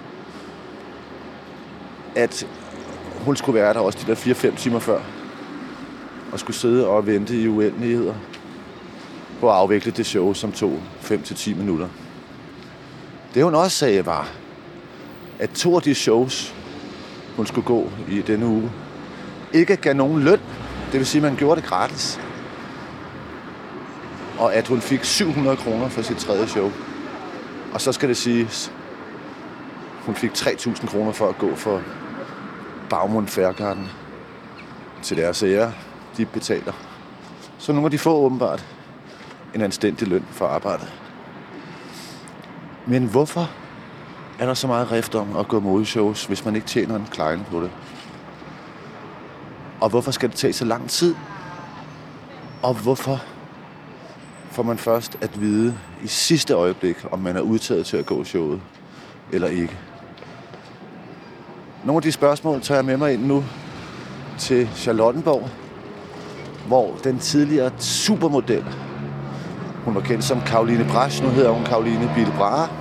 at hun skulle være der også de der 4-5 timer før. Og skulle sidde og vente i uendeligheder på at afvikle det show, som tog 5-10 minutter. Det hun også sagde var, at 2 af de shows, hun skulle gå i denne uge, ikke gav nogen løn. Det vil sige, at man gjorde det gratis. Og at hun fik 700 kroner for sit 3. show. Og så skal det siges, hun fik 3.000 kroner for at gå for Bagmund Fairgarden til deres ære. De betaler. Så nogle af de får åbenbart en anstændig løn for arbejdet. Men hvorfor er der så meget rift om at gå modeshows, hvis man ikke tjener en kleine på det? Og hvorfor skal det tage så lang tid? Og hvorfor får man først at vide i sidste øjeblik, om man er udtaget til at gå showet eller ikke? Nogle af de spørgsmål tager jeg med mig ind nu til Charlottenborg, hvor den tidligere supermodel, hun var kendt som Caroline Brasch, nu hedder hun Caroline Bille Brahe,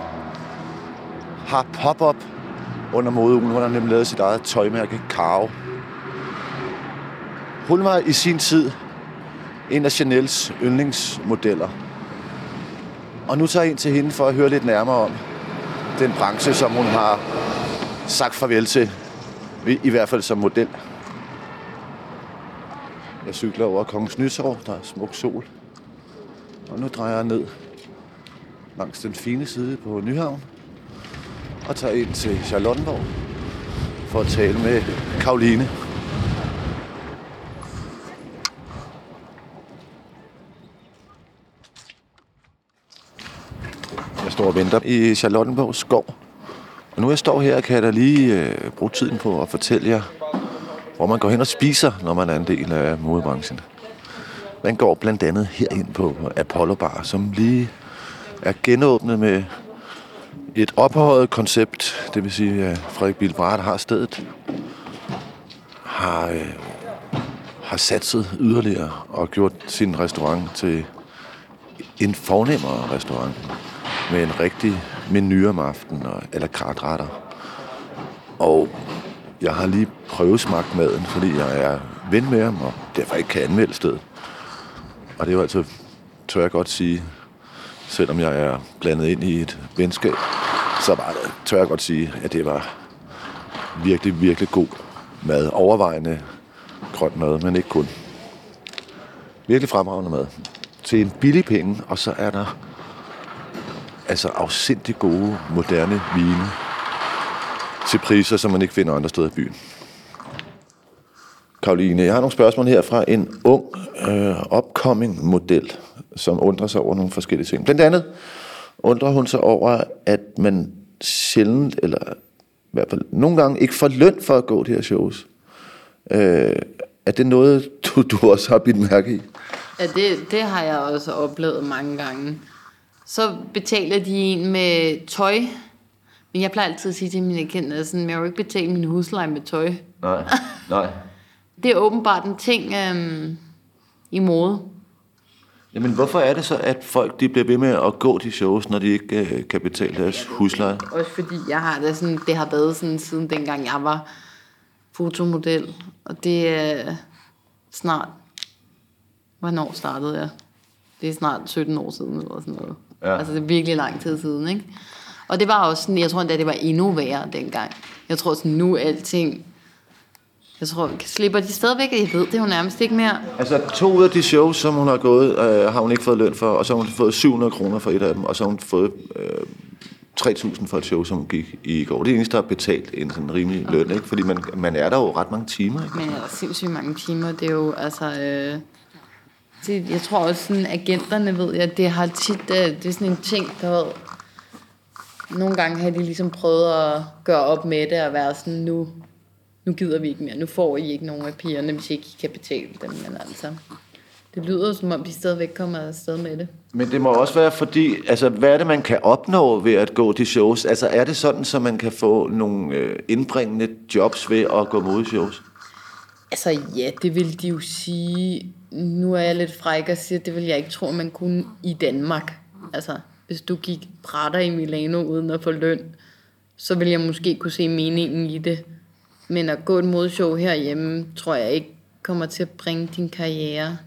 har pop-up under modeugen. Hun har nemlig lavet sit eget tøjmærke, Caro. Hun var i sin tid en af Chanels yndlingsmodeller. Og nu tager jeg ind til hende for at høre lidt nærmere om den branche, som hun har sagt farvel til, i hvert fald som model. Jeg cykler over Kongens Nytorv, der er smuk sol. Og nu drejer jeg ned langs den fine side på Nyhavn og tager ind til Charlottenborg for at tale med Caroline. Jeg står og venter i Charlottenborgs skov. Og nu jeg står her, kan jeg da lige bruge tiden på at fortælle jer, hvor man går hen og spiser, når man er en del af modebranchen. Man går blandt andet herind på Apollo Bar, som lige er genåbnet med et ophøjet koncept. Det vil sige, at Frederik Bille Brahe, der har stedet, har satset yderligere og gjort sin restaurant til en fornemmere restaurant med en rigtig menu om aftenen og à la carte retter. Og jeg har lige prøvesmagt maden, fordi jeg er ven med ham og derfor ikke kan anmelde stedet. Og det er jo altså, tør jeg godt sige, selvom jeg er blandet ind i et venskab, så tør jeg godt sige, at det var virkelig, virkelig god mad. Overvejende grøn mad, men ikke kun. Virkelig fremragende mad. Til en billig penge, og så er der altså afsindig gode, moderne vine til priser, som man ikke finder andre steder i byen. Caroline, jeg har nogle spørgsmål her fra en ung, upcoming model, som undrer sig over nogle forskellige ting. Blandt andet undrer hun sig over, at man sjældent, eller i hvert fald nogle gange, ikke får løn for at gå de her shows. Er det noget, du også har bidt mærke i? Ja, det har jeg også oplevet mange gange. Så betaler de en med tøj. Men jeg plejer altid at sige til mine kendte, at jeg vil ikke betale min husleje med tøj. Nej. Det er åbenbart en ting i mode. Jamen, hvorfor er det så, at folk de bliver ved med at gå de shows, når de ikke kan betale deres husleje? Også fordi jeg har det sådan, det har været sådan siden dengang jeg var fotomodel. Og det er snart... Hvornår startede jeg? Det er snart 17 år siden eller sådan noget. Ja. Altså det er virkelig lang tid siden, ikke? Og det var også sådan, jeg tror endda det var endnu værre dengang. Jeg tror sådan nu alting slipper de stadigvæk? Jeg ved det jo nærmest ikke mere. Altså 2 ud af de shows, som hun har gået, har hun ikke fået løn for, og så har hun fået 700 kroner for et af dem, og så har hun fået 3.000 for et show, som hun gik i går. Det er eneste, der har betalt en sådan rimelig løn, ikke? Fordi man er der jo ret mange timer, ikke? Men er der sindssygt mange timer, det er jo altså... jeg tror også sådan, agenterne ved jeg, det har tit... det er sådan en ting, der ved... Nogle gange har de ligesom prøvet at gøre op med det og være sådan, nu gider vi ikke mere. Nu får I ikke nogen af pigerne, hvis I ikke kan betale dem. Men altså, det lyder som om, de stadigvæk kommer afsted med det. Men det må også være fordi, altså hvad er det, man kan opnå ved at gå de shows? Altså er det sådan, så man kan få nogle indbringende jobs ved at gå modeshows? Altså ja, det vil de jo sige. Nu er jeg lidt fræk og siger, det vil jeg ikke tro, man kunne i Danmark. Altså, hvis du gik brætter i Milano uden at få løn, så vil jeg måske kunne se meningen i det. Men at gå et modeshow herhjemme, tror jeg ikke kommer til at bringe din karriere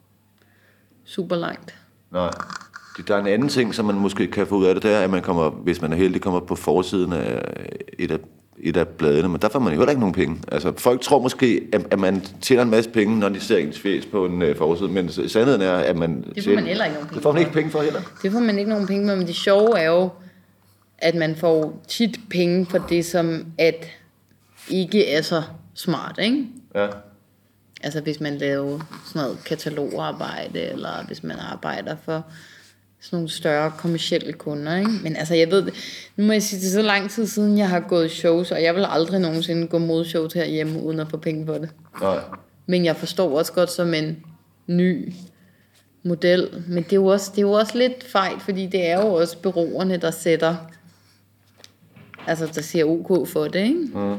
super langt. Nej. Der er en anden ting, som man måske kan få ud af det, der, at man kommer, hvis man er heldig, kommer på forsiden af et af bladene, men der får man jo heller ikke nogen penge. Altså, folk tror måske, at man tjener en masse penge, når de ser ens fjes på en forside, men sandheden er, at man... Det får man heller ikke nogen penge. Det får man ikke penge for heller. Det får man ikke nogen penge for, men det sjove er jo, at man får tit penge for det, som at ikke er så smart, ikke? Ja. Altså hvis man laver sådan noget katalogarbejde, eller hvis man arbejder for sådan nogle større kommercielle kunder, ikke? Men altså jeg ved, nu må jeg sige, det er så lang tid siden, jeg har gået shows, og jeg vil aldrig nogensinde gå modshows herhjemme, uden at få penge for det. Nej. Men jeg forstår også godt som en ny model, men det er jo også lidt fejl, fordi det er jo også bureauerne, der sætter, altså der siger OK for det, ikke? Mm.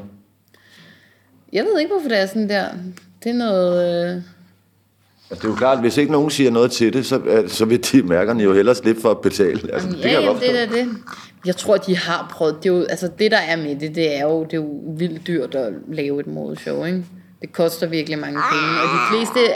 Jeg ved ikke, hvorfor det er sådan der. Det er noget... Altså, det er jo klart, at hvis ikke nogen siger noget til det, så vil de mærkerne jo hellere slippe for at betale. Altså, det kan jeg godt det er det. Jeg tror, de har prøvet... Det, er jo, altså, det der er med det er jo vildt dyrt at lave et modeshow, ikke? Det koster virkelig mange penge, og de fleste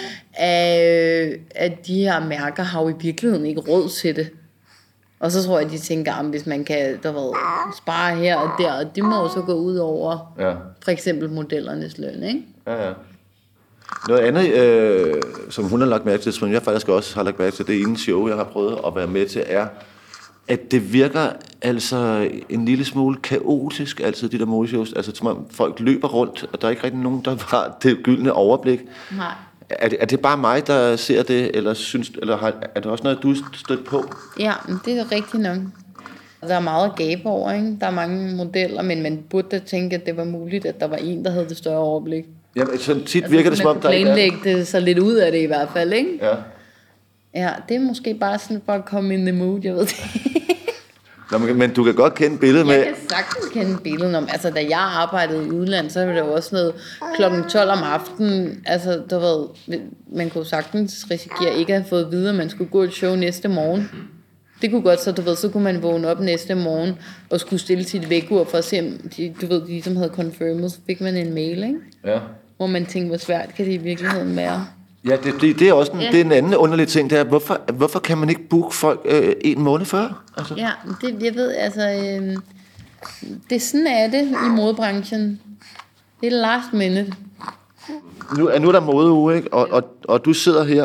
af de her mærker har jo i virkeligheden ikke råd til det. Og så tror jeg, de tænker, at hvis man kan spare her og der, og det må jo så gå ud over for eksempel modellernes løn, ikke? Ja. Noget andet, som hun har lagt mærke til, som jeg faktisk også har lagt mærke til, det ene show, jeg har prøvet at være med til, er, at det virker altså en lille smule kaotisk, altså de der modeshows. Altså som om folk løber rundt, og der er ikke rigtig nogen, der har det gyldne overblik. Nej. Er det bare mig, der ser det, eller er det også noget, du stødt på? Ja, det er rigtigt nok. Der er meget gab over, ikke? Der er mange modeller, men man burde da tænke, at det var muligt, at der var en, der havde det større overblik. Ja, så tit virker det som om, der ikke er... Man kunne planlægge det så lidt ud af det i hvert fald, ikke? Ja. Ja, det er måske bare sådan for at komme in the mood, jeg ved det. Nå, men du kan godt kende billedet med... Jeg kan sagtens kende billedet om... Altså, da jeg arbejdede i udlandet, så var det jo også noget klokken 12 om aftenen. Altså, du ved, man kunne sagtens risikere ikke at have fået videre, at man skulle gå et show næste morgen. Det kunne godt, så du ved, så kunne man vågne op næste morgen og skulle stille sit vækkeur for at se, om de ligesom havde confirmed, så fik man en mail, ikke? Ja. Hvor man tænkte, hvor svært kan det i virkeligheden være. Ja, det er også det er en anden underlig ting, det er, hvorfor kan man ikke booke folk en måned før? Altså. Ja, jeg ved, altså, det sådan er det i modebranchen. Det er last minute. Nu er der modeuge, ikke? Og du sidder her.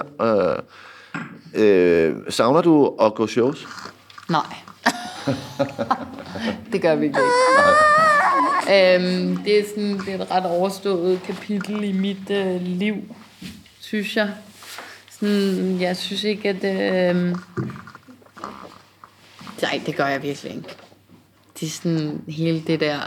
Savner du at gå shows? Nej. Det gør vi ikke. Det er et ret overstået kapitel i mit liv, synes jeg. Sådan, jeg synes ikke, at... Nej, det gør jeg virkelig ikke. Det er sådan hele det der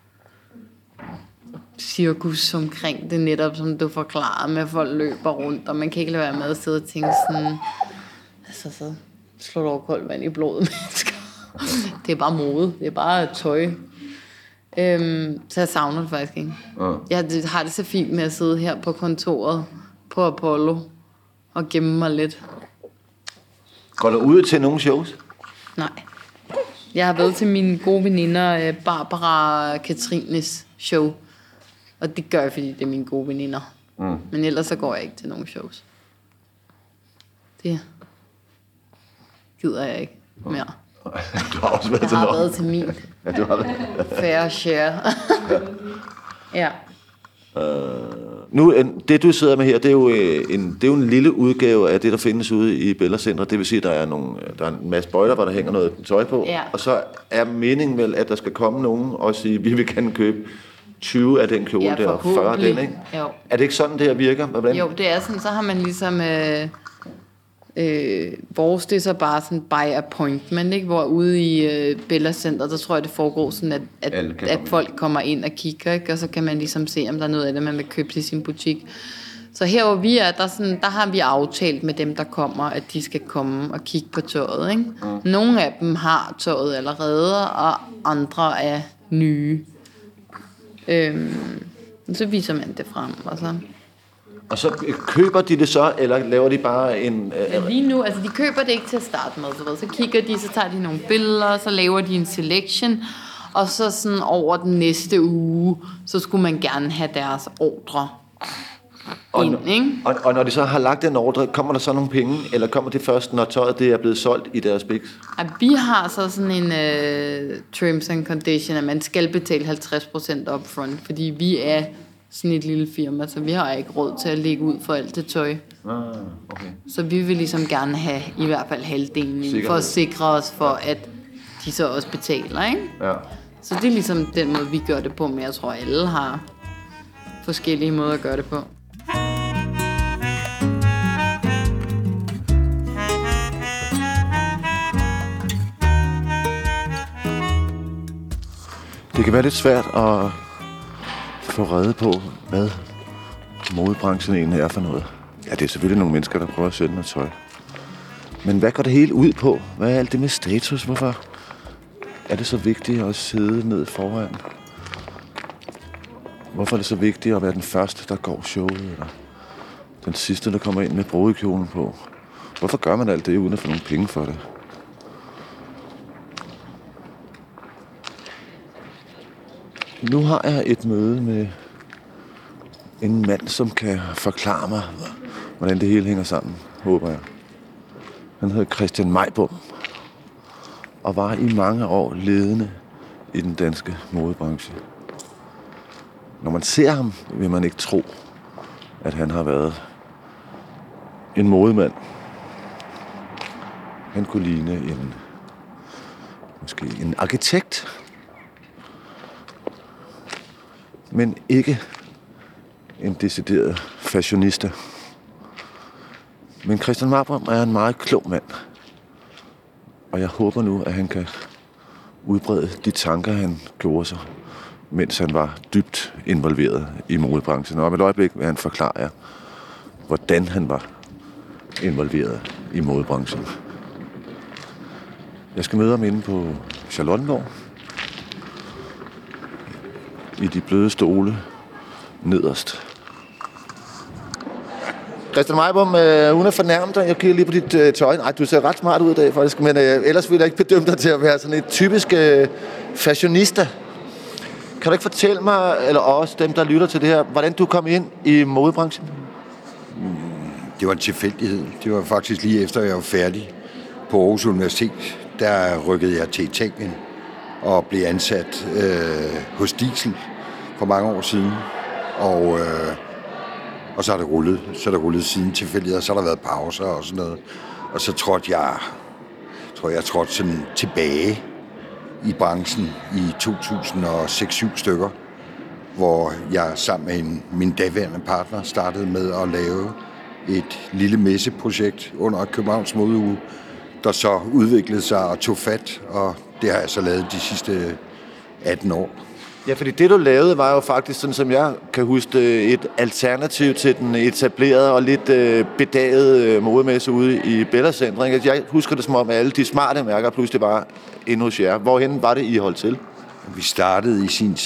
cirkus omkring det netop, som du forklarer med, at folk løber rundt, og man kan ikke lade være med at sidde og tænke sådan... Altså, så slår du over koldt vand i blodet, mennesker. Det er bare mode. Det er bare tøj. Så jeg savner det faktisk ikke. Jeg har det så fint med at sidde her på kontoret på Apollo og gemme mig lidt. Går du ud til nogle shows? Nej. Jeg har været til mine gode veninder Barbara og Katrines show. Og det gør jeg, fordi det er mine gode veninder. Men ellers så går jeg ikke til nogle shows. Det gider jeg ikke mere. Du har også været jeg til været til min. Ja, du har været. Fair share. Ja. Nu, det du sidder med her, det er jo en lille udgave af det, der findes ude i Bella Center. Det vil sige, at der er en masse bøjler, hvor der hænger noget tøj på. Ja. Og så er meningen vel, at der skal komme nogen og sige, vi vil gerne købe 20 af den kjole der, og 40 af den, ikke? Jo. Er det ikke sådan, det her virker? Hvordan? Jo, det er sådan, så har man ligesom... vores, det er så bare sådan by appointment, ikke? Hvor ude i Bella Center, der tror jeg, det foregår sådan, at folk kommer ind og kigger, ikke? Og så kan man ligesom se, om der er noget af det, man vil købe til sin butik. Så her hvor vi er, der har vi aftalt med dem, der kommer, at de skal komme og kigge på tøjet, ikke? Nogle af dem har tøjet allerede, og andre er nye. Så viser man det frem, Og så køber de det så, eller laver de bare en... Lige nu, altså de køber det ikke til at starte med, så kigger de, så tager de nogle billeder, så laver de en selection, og så sådan over den næste uge, så skulle man gerne have deres ordre ind, ikke? Og når de så har lagt den ordre, kommer der så nogle penge, eller kommer det først, når tøjet det er blevet solgt i deres biks? Vi har så sådan en terms and condition, at man skal betale 50% upfront, fordi vi er sådan et lille firma, så vi har ikke råd til at lægge ud for alt det tøj. Okay. Så vi vil ligesom gerne have i hvert fald halvdelen, for at sikre os for, at de så også betaler, ikke? Ja. Så det er ligesom den måde, vi gør det på, men jeg tror, alle har forskellige måder at gøre det på. Det kan være lidt svært at få rede på, hvad modebranchen egentlig er for noget. Ja, det er selvfølgelig nogle mennesker, der prøver at sælge noget tøj. Men hvad går det hele ud på? Hvad er alt det med status? Hvorfor er det så vigtigt at sidde ned foran? Hvorfor er det så vigtigt at være den første, der går showet? Eller den sidste, der kommer ind med brudekjolen på? Hvorfor gør man alt det, uden at få nogle penge for det? Nu har jeg et møde med en mand, som kan forklare mig, hvordan det hele hænger sammen, håber jeg. Han hedder Christian Mejbom og var i mange år ledende i den danske modebranche. Når man ser ham, vil man ikke tro, at han har været en modemand. Han kunne ligne måske en arkitekt, men ikke en decideret fashionista. Men Christian Mejbom er en meget klog mand, og jeg håber nu, at han kan udbrede de tanker, han gjorde sig, mens han var dybt involveret i modebranchen. Og om et øjeblik vil han forklare jer, hvordan han var involveret i modebranchen. Jeg skal møde ham inde på Charlottenborg, i de bløde stole nederst. Christian Mejbom, uden at fornærme dig, jeg kigger lige på dit tøj. Nej, du ser ret smart ud i dag faktisk, men ellers vil jeg ikke bedømme dig til at være sådan et typisk fashionista. Kan du ikke fortælle mig, eller også dem, der lytter til det her, hvordan du kom ind i modebranchen? Det var en tilfældighed. Det var faktisk lige efter, jeg var færdig på Aarhus Universitet. Der rykkede jeg til Italien og blev ansat hos Diesel for mange år siden. Og så har det rullet. Så er det rullet siden tilfældigheder. Så har der været pauser og sådan noget. Og så trådte jeg sådan tilbage i branchen i 2006-7 stykker, hvor jeg sammen med min daværende partner startede med at lave et lille messeprojekt under Københavns Modeuge, der så udviklede sig og tog fat, og det har jeg så lavet de sidste 18 år. Ja, fordi det du lavede var jo faktisk, sådan som jeg kan huske, et alternativ til den etablerede og lidt bedagede modemesse ude i Bella Center. Jeg husker det som om, at alle de smarte mærker pludselig var inde hos jer. Hvorhen var det, I holdt til? Vi startede i sin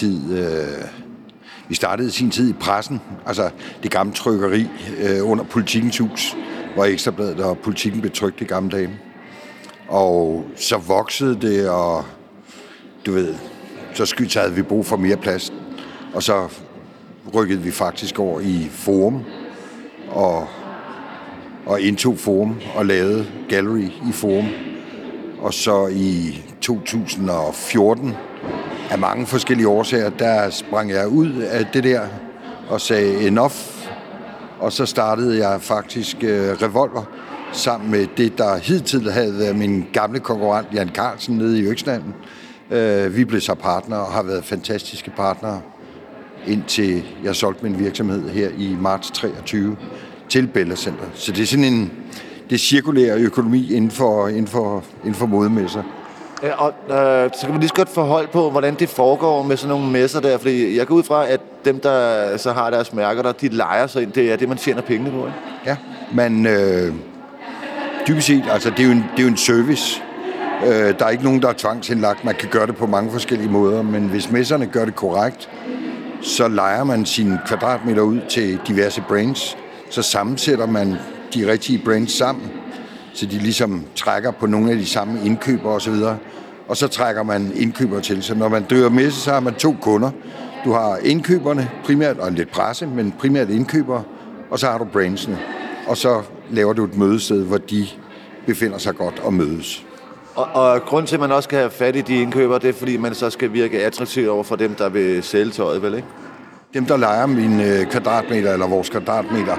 tid i pressen, altså det gamle trykkeri under Politikens Hus, hvor Ekstrabladet og Politiken blev trykt i gamle dage. Og så voksede det, og du ved, så havde vi brug for mere plads. Og så rykkede vi faktisk over i Forum, og indtog Forum og lavede Gallery i Forum. Og så i 2014, af mange forskellige årsager, der sprang jeg ud af det der, og sagde enough. Og så startede jeg faktisk Revolver sammen med det, der hidtil havde været min gamle konkurrent Jan Carlsen nede i Øksnanden. Vi blev så partnere og har været fantastiske partnere, indtil jeg solgte min virksomhed her i marts 23 til Bella Center. Så det er sådan det cirkulære økonomi inden for modemesser. Ja, og så kan vi lige så godt få hold på, hvordan det foregår med sådan nogle messer der, fordi jeg går ud fra, at dem, der så har deres mærker der, de lejer sig ind, det er det, man tjener pengene på, ikke? Ja, men dybest set, altså det er jo en service. Der er ikke nogen, der er tvangsindlagt. Man kan gøre det på mange forskellige måder, men hvis messerne gør det korrekt, så lejer man sine kvadratmeter ud til diverse brands, så sammensætter man de rigtige brands sammen, så de ligesom trækker på nogle af de samme indkøbere osv., og så trækker man indkøbere til. Så når man driver messe, så har man 2 kunder. Du har indkøberne primært, og lidt presse, men primært indkøbere, og så har du brandsene. Og så laver du et mødested, hvor de befinder sig godt og mødes. Og grund til, at man også skal have fat i de indkøbere, det er, fordi man så skal virke attraktiv over for dem, der vil sælge tøjet, vel ikke? Dem, der lejer mine kvadratmeter, eller vores kvadratmeter,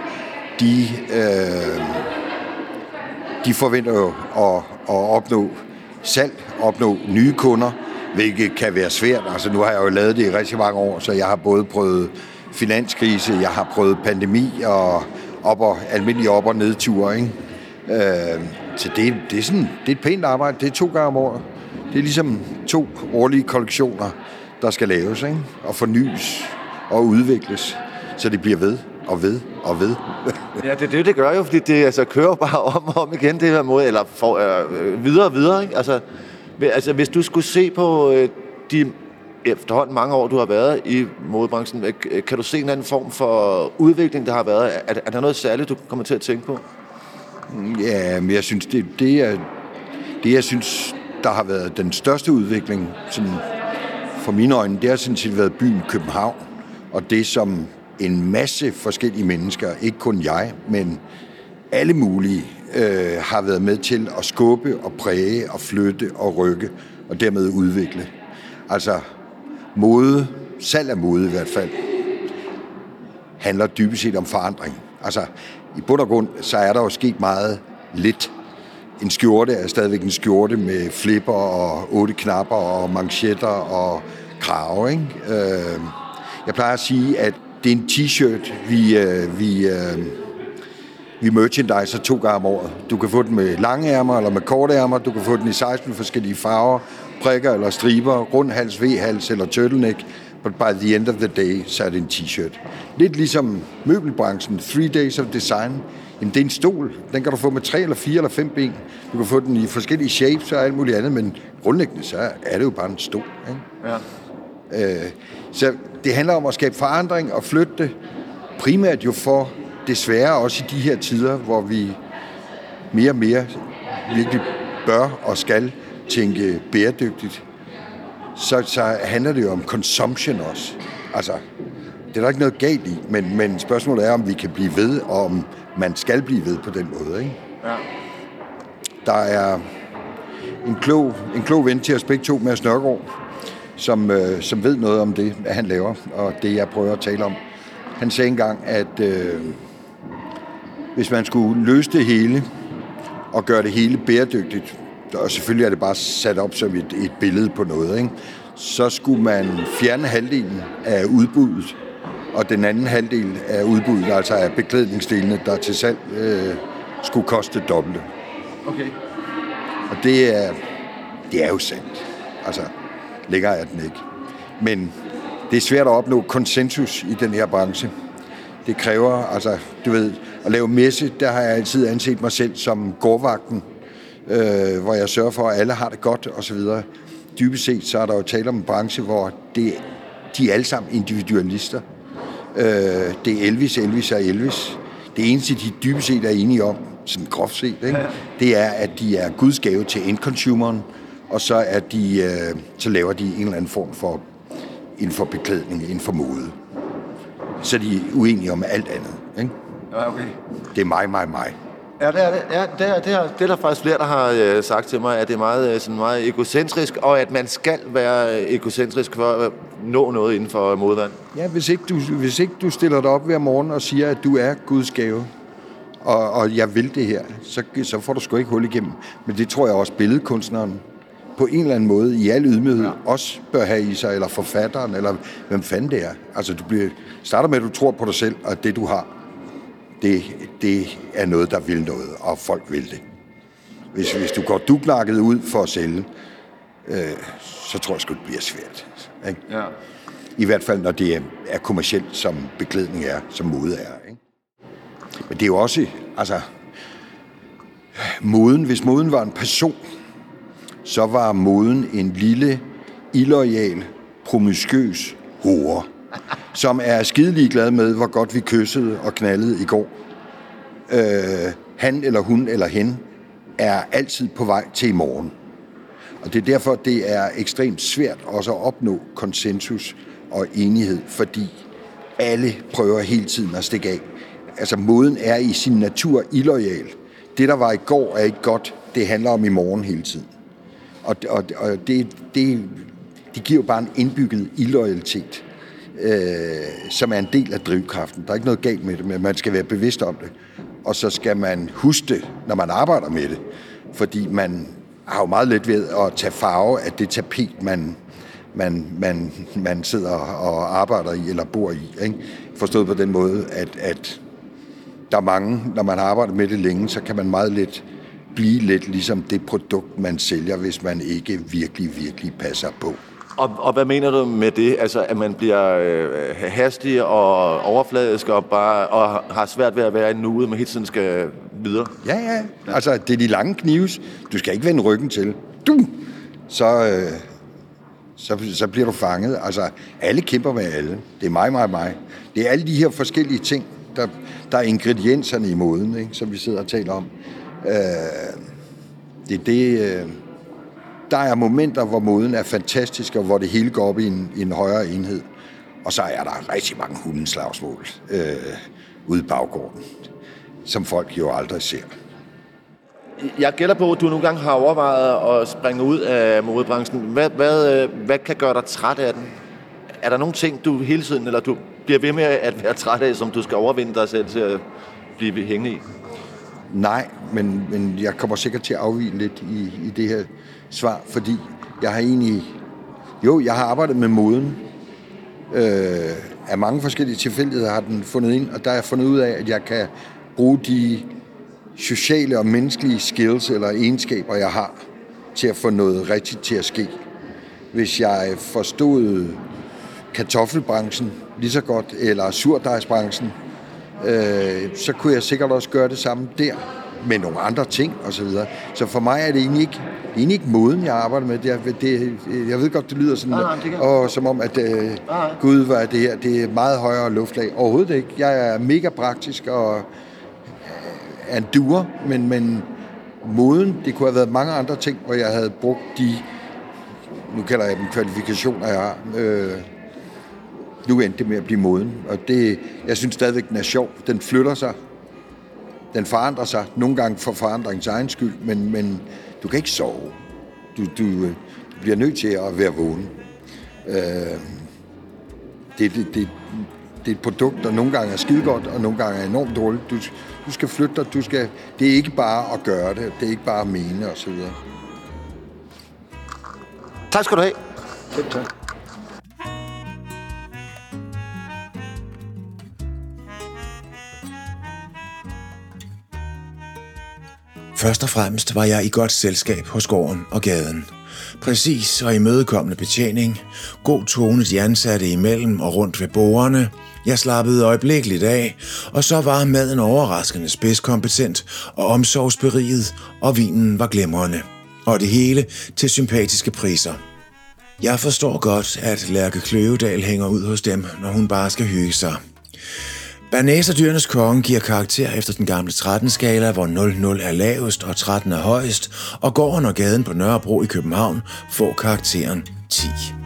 de forventer jo at opnå salg, opnå nye kunder, hvilket kan være svært. Altså nu har jeg jo lavet det i rigtig mange år, så jeg har både prøvet finanskrise, jeg har prøvet pandemi og almindelige op- og nedture, ikke? Så det er et pænt arbejde. Det er 2 gange om året. Det er ligesom 2 årlige kollektioner, der skal laves, ikke? Og fornyes og udvikles, så det bliver ved og ved og ved. Ja, det gør jo, fordi det altså kører bare om og om igen det her måde, eller videre og videre, ikke? Altså hvis du skulle se på de efterhånden mange år, du har været i modebranchen, kan du se en anden form for udvikling, der har været? Er der noget særligt, du kommer til at tænke på? Ja, men jeg synes, det jeg synes, der har været den største udvikling, sådan, for mine øjne, det har sådan set været byen København, og det som en masse forskellige mennesker, ikke kun jeg, men alle mulige, har været med til at skubbe og præge og flytte og rykke, og dermed udvikle. Altså, mode, salg af mode i hvert fald, handler dybest set om forandring. Altså, i bund og grund, så er der jo sket meget lidt. En skjorte er stadigvæk en skjorte med flipper og 8 knapper og manchetter og krave, ikke? Jeg plejer at sige, at det er en t-shirt, vi merchandiser 2 gange om året. Du kan få den med lange ærmer eller med korte ærmer. Du kan få den i 16 forskellige farver, prikker eller striber, rund hals, V-hals eller turtleneck. But by the end of the day, så er det en t-shirt. Lidt ligesom møbelbranchen, 3 days of design. Jamen, det er en stol. Den kan du få med 3 eller 4 eller 5 ben. Du kan få den i forskellige shapes og alt muligt andet, men grundlæggende så er det jo bare en stol, ikke? Ja. Så det handler om at skabe forandring og flytte det. Primært jo for, desværre også i de her tider, hvor vi mere og mere virkelig bør og skal tænke bæredygtigt, så handler det jo om consumption også. Altså, det er der ikke noget galt i, men spørgsmålet er, om vi kan blive ved, og om man skal blive ved på den måde, ikke? Ja. Der er en klog ven til os begge to, Mads Nørgaard, som ved noget om det, han laver, og det, jeg prøver at tale om. Han sagde engang, at hvis man skulle løse det hele og gøre det hele bæredygtigt, og selvfølgelig er det bare sat op som et billede på noget, ikke? Så skulle man fjerne halvdelen af udbuddet, og den anden halvdel af udbuddet, altså af beklædningsdelene, der til salg skulle koste dobbelte. Okay. Og det er jo sandt. Altså, længere er den ikke. Men det er svært at opnå konsensus i den her branche. Det kræver, altså, du ved, at lave messe, der har jeg altid anset mig selv som gårdvagten, hvor jeg sørger for, at alle har det godt, osv. Dybest set, så er der jo tale om en branche, hvor de er alle sammen individualister. Det er Elvis og Elvis. Det eneste, de dybest set er enige om, sådan groft set, ikke? Det er, at de er Guds gave til endconsumeren, og så laver de en eller anden form for inden for beklædning, inden for mode. Så er de uenige om alt andet, ikke? Ja, okay. Det er mig. Ja, det er det. Ja, det er der faktisk flere, der har sagt til mig, at det er meget, sådan meget egocentrisk, og at man skal være egocentrisk for at nå noget inden for modevand. Ja, hvis ikke du stiller dig op hver morgen og siger, at du er Guds gave, og jeg vil det her, så får du sgu ikke hul igennem. Men det tror jeg også billedkunstneren på en eller anden måde i al ydmyghed også bør have i sig, eller forfatteren, eller hvem fanden det er. Altså, starter med, at du tror på dig selv, og det du har, det er noget, der vil noget, og folk vil det. Hvis du går dugnakket ud for at sælge, så tror jeg sgu, det bliver svært. Ikke? Ja. I hvert fald, når det er kommercielt, som beklædning er, som mode er. Ikke? Men det er jo også, altså, moden, hvis moden var en person, så var moden en lille, illoyal, promiskuøs hore, som er skidelig glad med, hvor godt vi kyssede og knaldede i går. Han eller hun eller hen er altid på vej til i morgen. Og det er derfor, det er ekstremt svært også at opnå konsensus og enighed, fordi alle prøver hele tiden at stikke af. Altså, moden er i sin natur illoyal. Det, der var i går, er ikke godt. Det handler om i morgen hele tiden. Og det giver jo bare en indbygget illoyalitet, som er en del af drivkraften. Der er ikke noget galt med det, men man skal være bevidst om det. Og så skal man huske det, når man arbejder med det. Fordi man har jo meget let ved at tage farve af det tapet, man sidder og arbejder i eller bor i. Ikke? Forstået på den måde, at der er mange, når man har arbejdet med det længe, så kan man meget let blive lidt ligesom det produkt, man sælger, hvis man ikke virkelig passer på. Og hvad mener du med det? Altså, at man bliver hastig og overfladisk og har svært ved at være i nuet, men hele tiden skal videre? Ja. Altså, det er de lange knives. Du skal ikke vende ryggen til. Så bliver du fanget. Altså, alle kæmper med alle. Det er mig. Det er alle de her forskellige ting, der er ingredienserne i moden, ikke, som vi sidder og taler om. Der er momenter, hvor moden er fantastisk, og hvor det hele går op i en højere enhed. Og så er der rigtig mange hundeslagsmål ude i baggården, som folk jo aldrig ser. Jeg gætter på, at du nogle gange har overvejet at springe ud af modebranchen. Hvad kan gøre dig træt af den? Er der nogle ting, du hele tiden, eller du bliver ved med at være træt af, som du skal overvinde dig selv til at blive hængende i? Nej, men jeg kommer sikkert til at afvige lidt i det her svar, fordi jeg har arbejdet med moden. Af mange forskellige tilfældigheder har den fundet ind, og der har jeg fundet ud af, at jeg kan bruge de sociale og menneskelige skills eller egenskaber, jeg har, til at få noget rigtigt til at ske. Hvis jeg forstod kartoffelbranchen lige så godt, eller surdejsbranchen, så kunne jeg sikkert også gøre det samme der, med nogle andre ting osv. Så for mig er det egentlig ikke moden, jeg arbejder med. Jeg ved godt, det lyder sådan, som om, at Gud var det her. Det er meget højere luftlag. Overhovedet ikke. Jeg er mega praktisk og er en duer, men moden, det kunne have været mange andre ting, hvor jeg havde brugt de, nu kalder jeg dem kvalifikationer, jeg har. Nu endte det med at blive moden, og jeg synes stadigvæk, den er sjov. Den flytter sig. Den forandrer sig. Nogle gange for forandringens egen skyld, men du kan ikke sove. Du bliver nødt til at være vågen. Det er et produkt, der nogle gange er skidegodt, og nogle gange er enormt dårligt. Du skal flytte dig. Det er ikke bare at gøre det. Det er ikke bare at mene, og så videre. Tak skal du have. Selv tak. Først og fremmest var jeg i godt selskab hos gården og gaden. Præcis og imødekommende betjening, god tone de ansatte imellem og rundt ved bordene. Jeg slappede øjeblikkeligt af, og så var maden overraskende spidskompetent og omsorgsberiget, og vinen var glimrende. Og det hele til sympatiske priser. Jeg forstår godt, at Lærke Kløvedal hænger ud hos dem, når hun bare skal hygge sig. Bearnaise og Dyrenes Konge giver karakter efter den gamle 13-skala, hvor 00 er lavest og 13 er højest, og gården og gaden på Nørrebro i København får karakteren 10.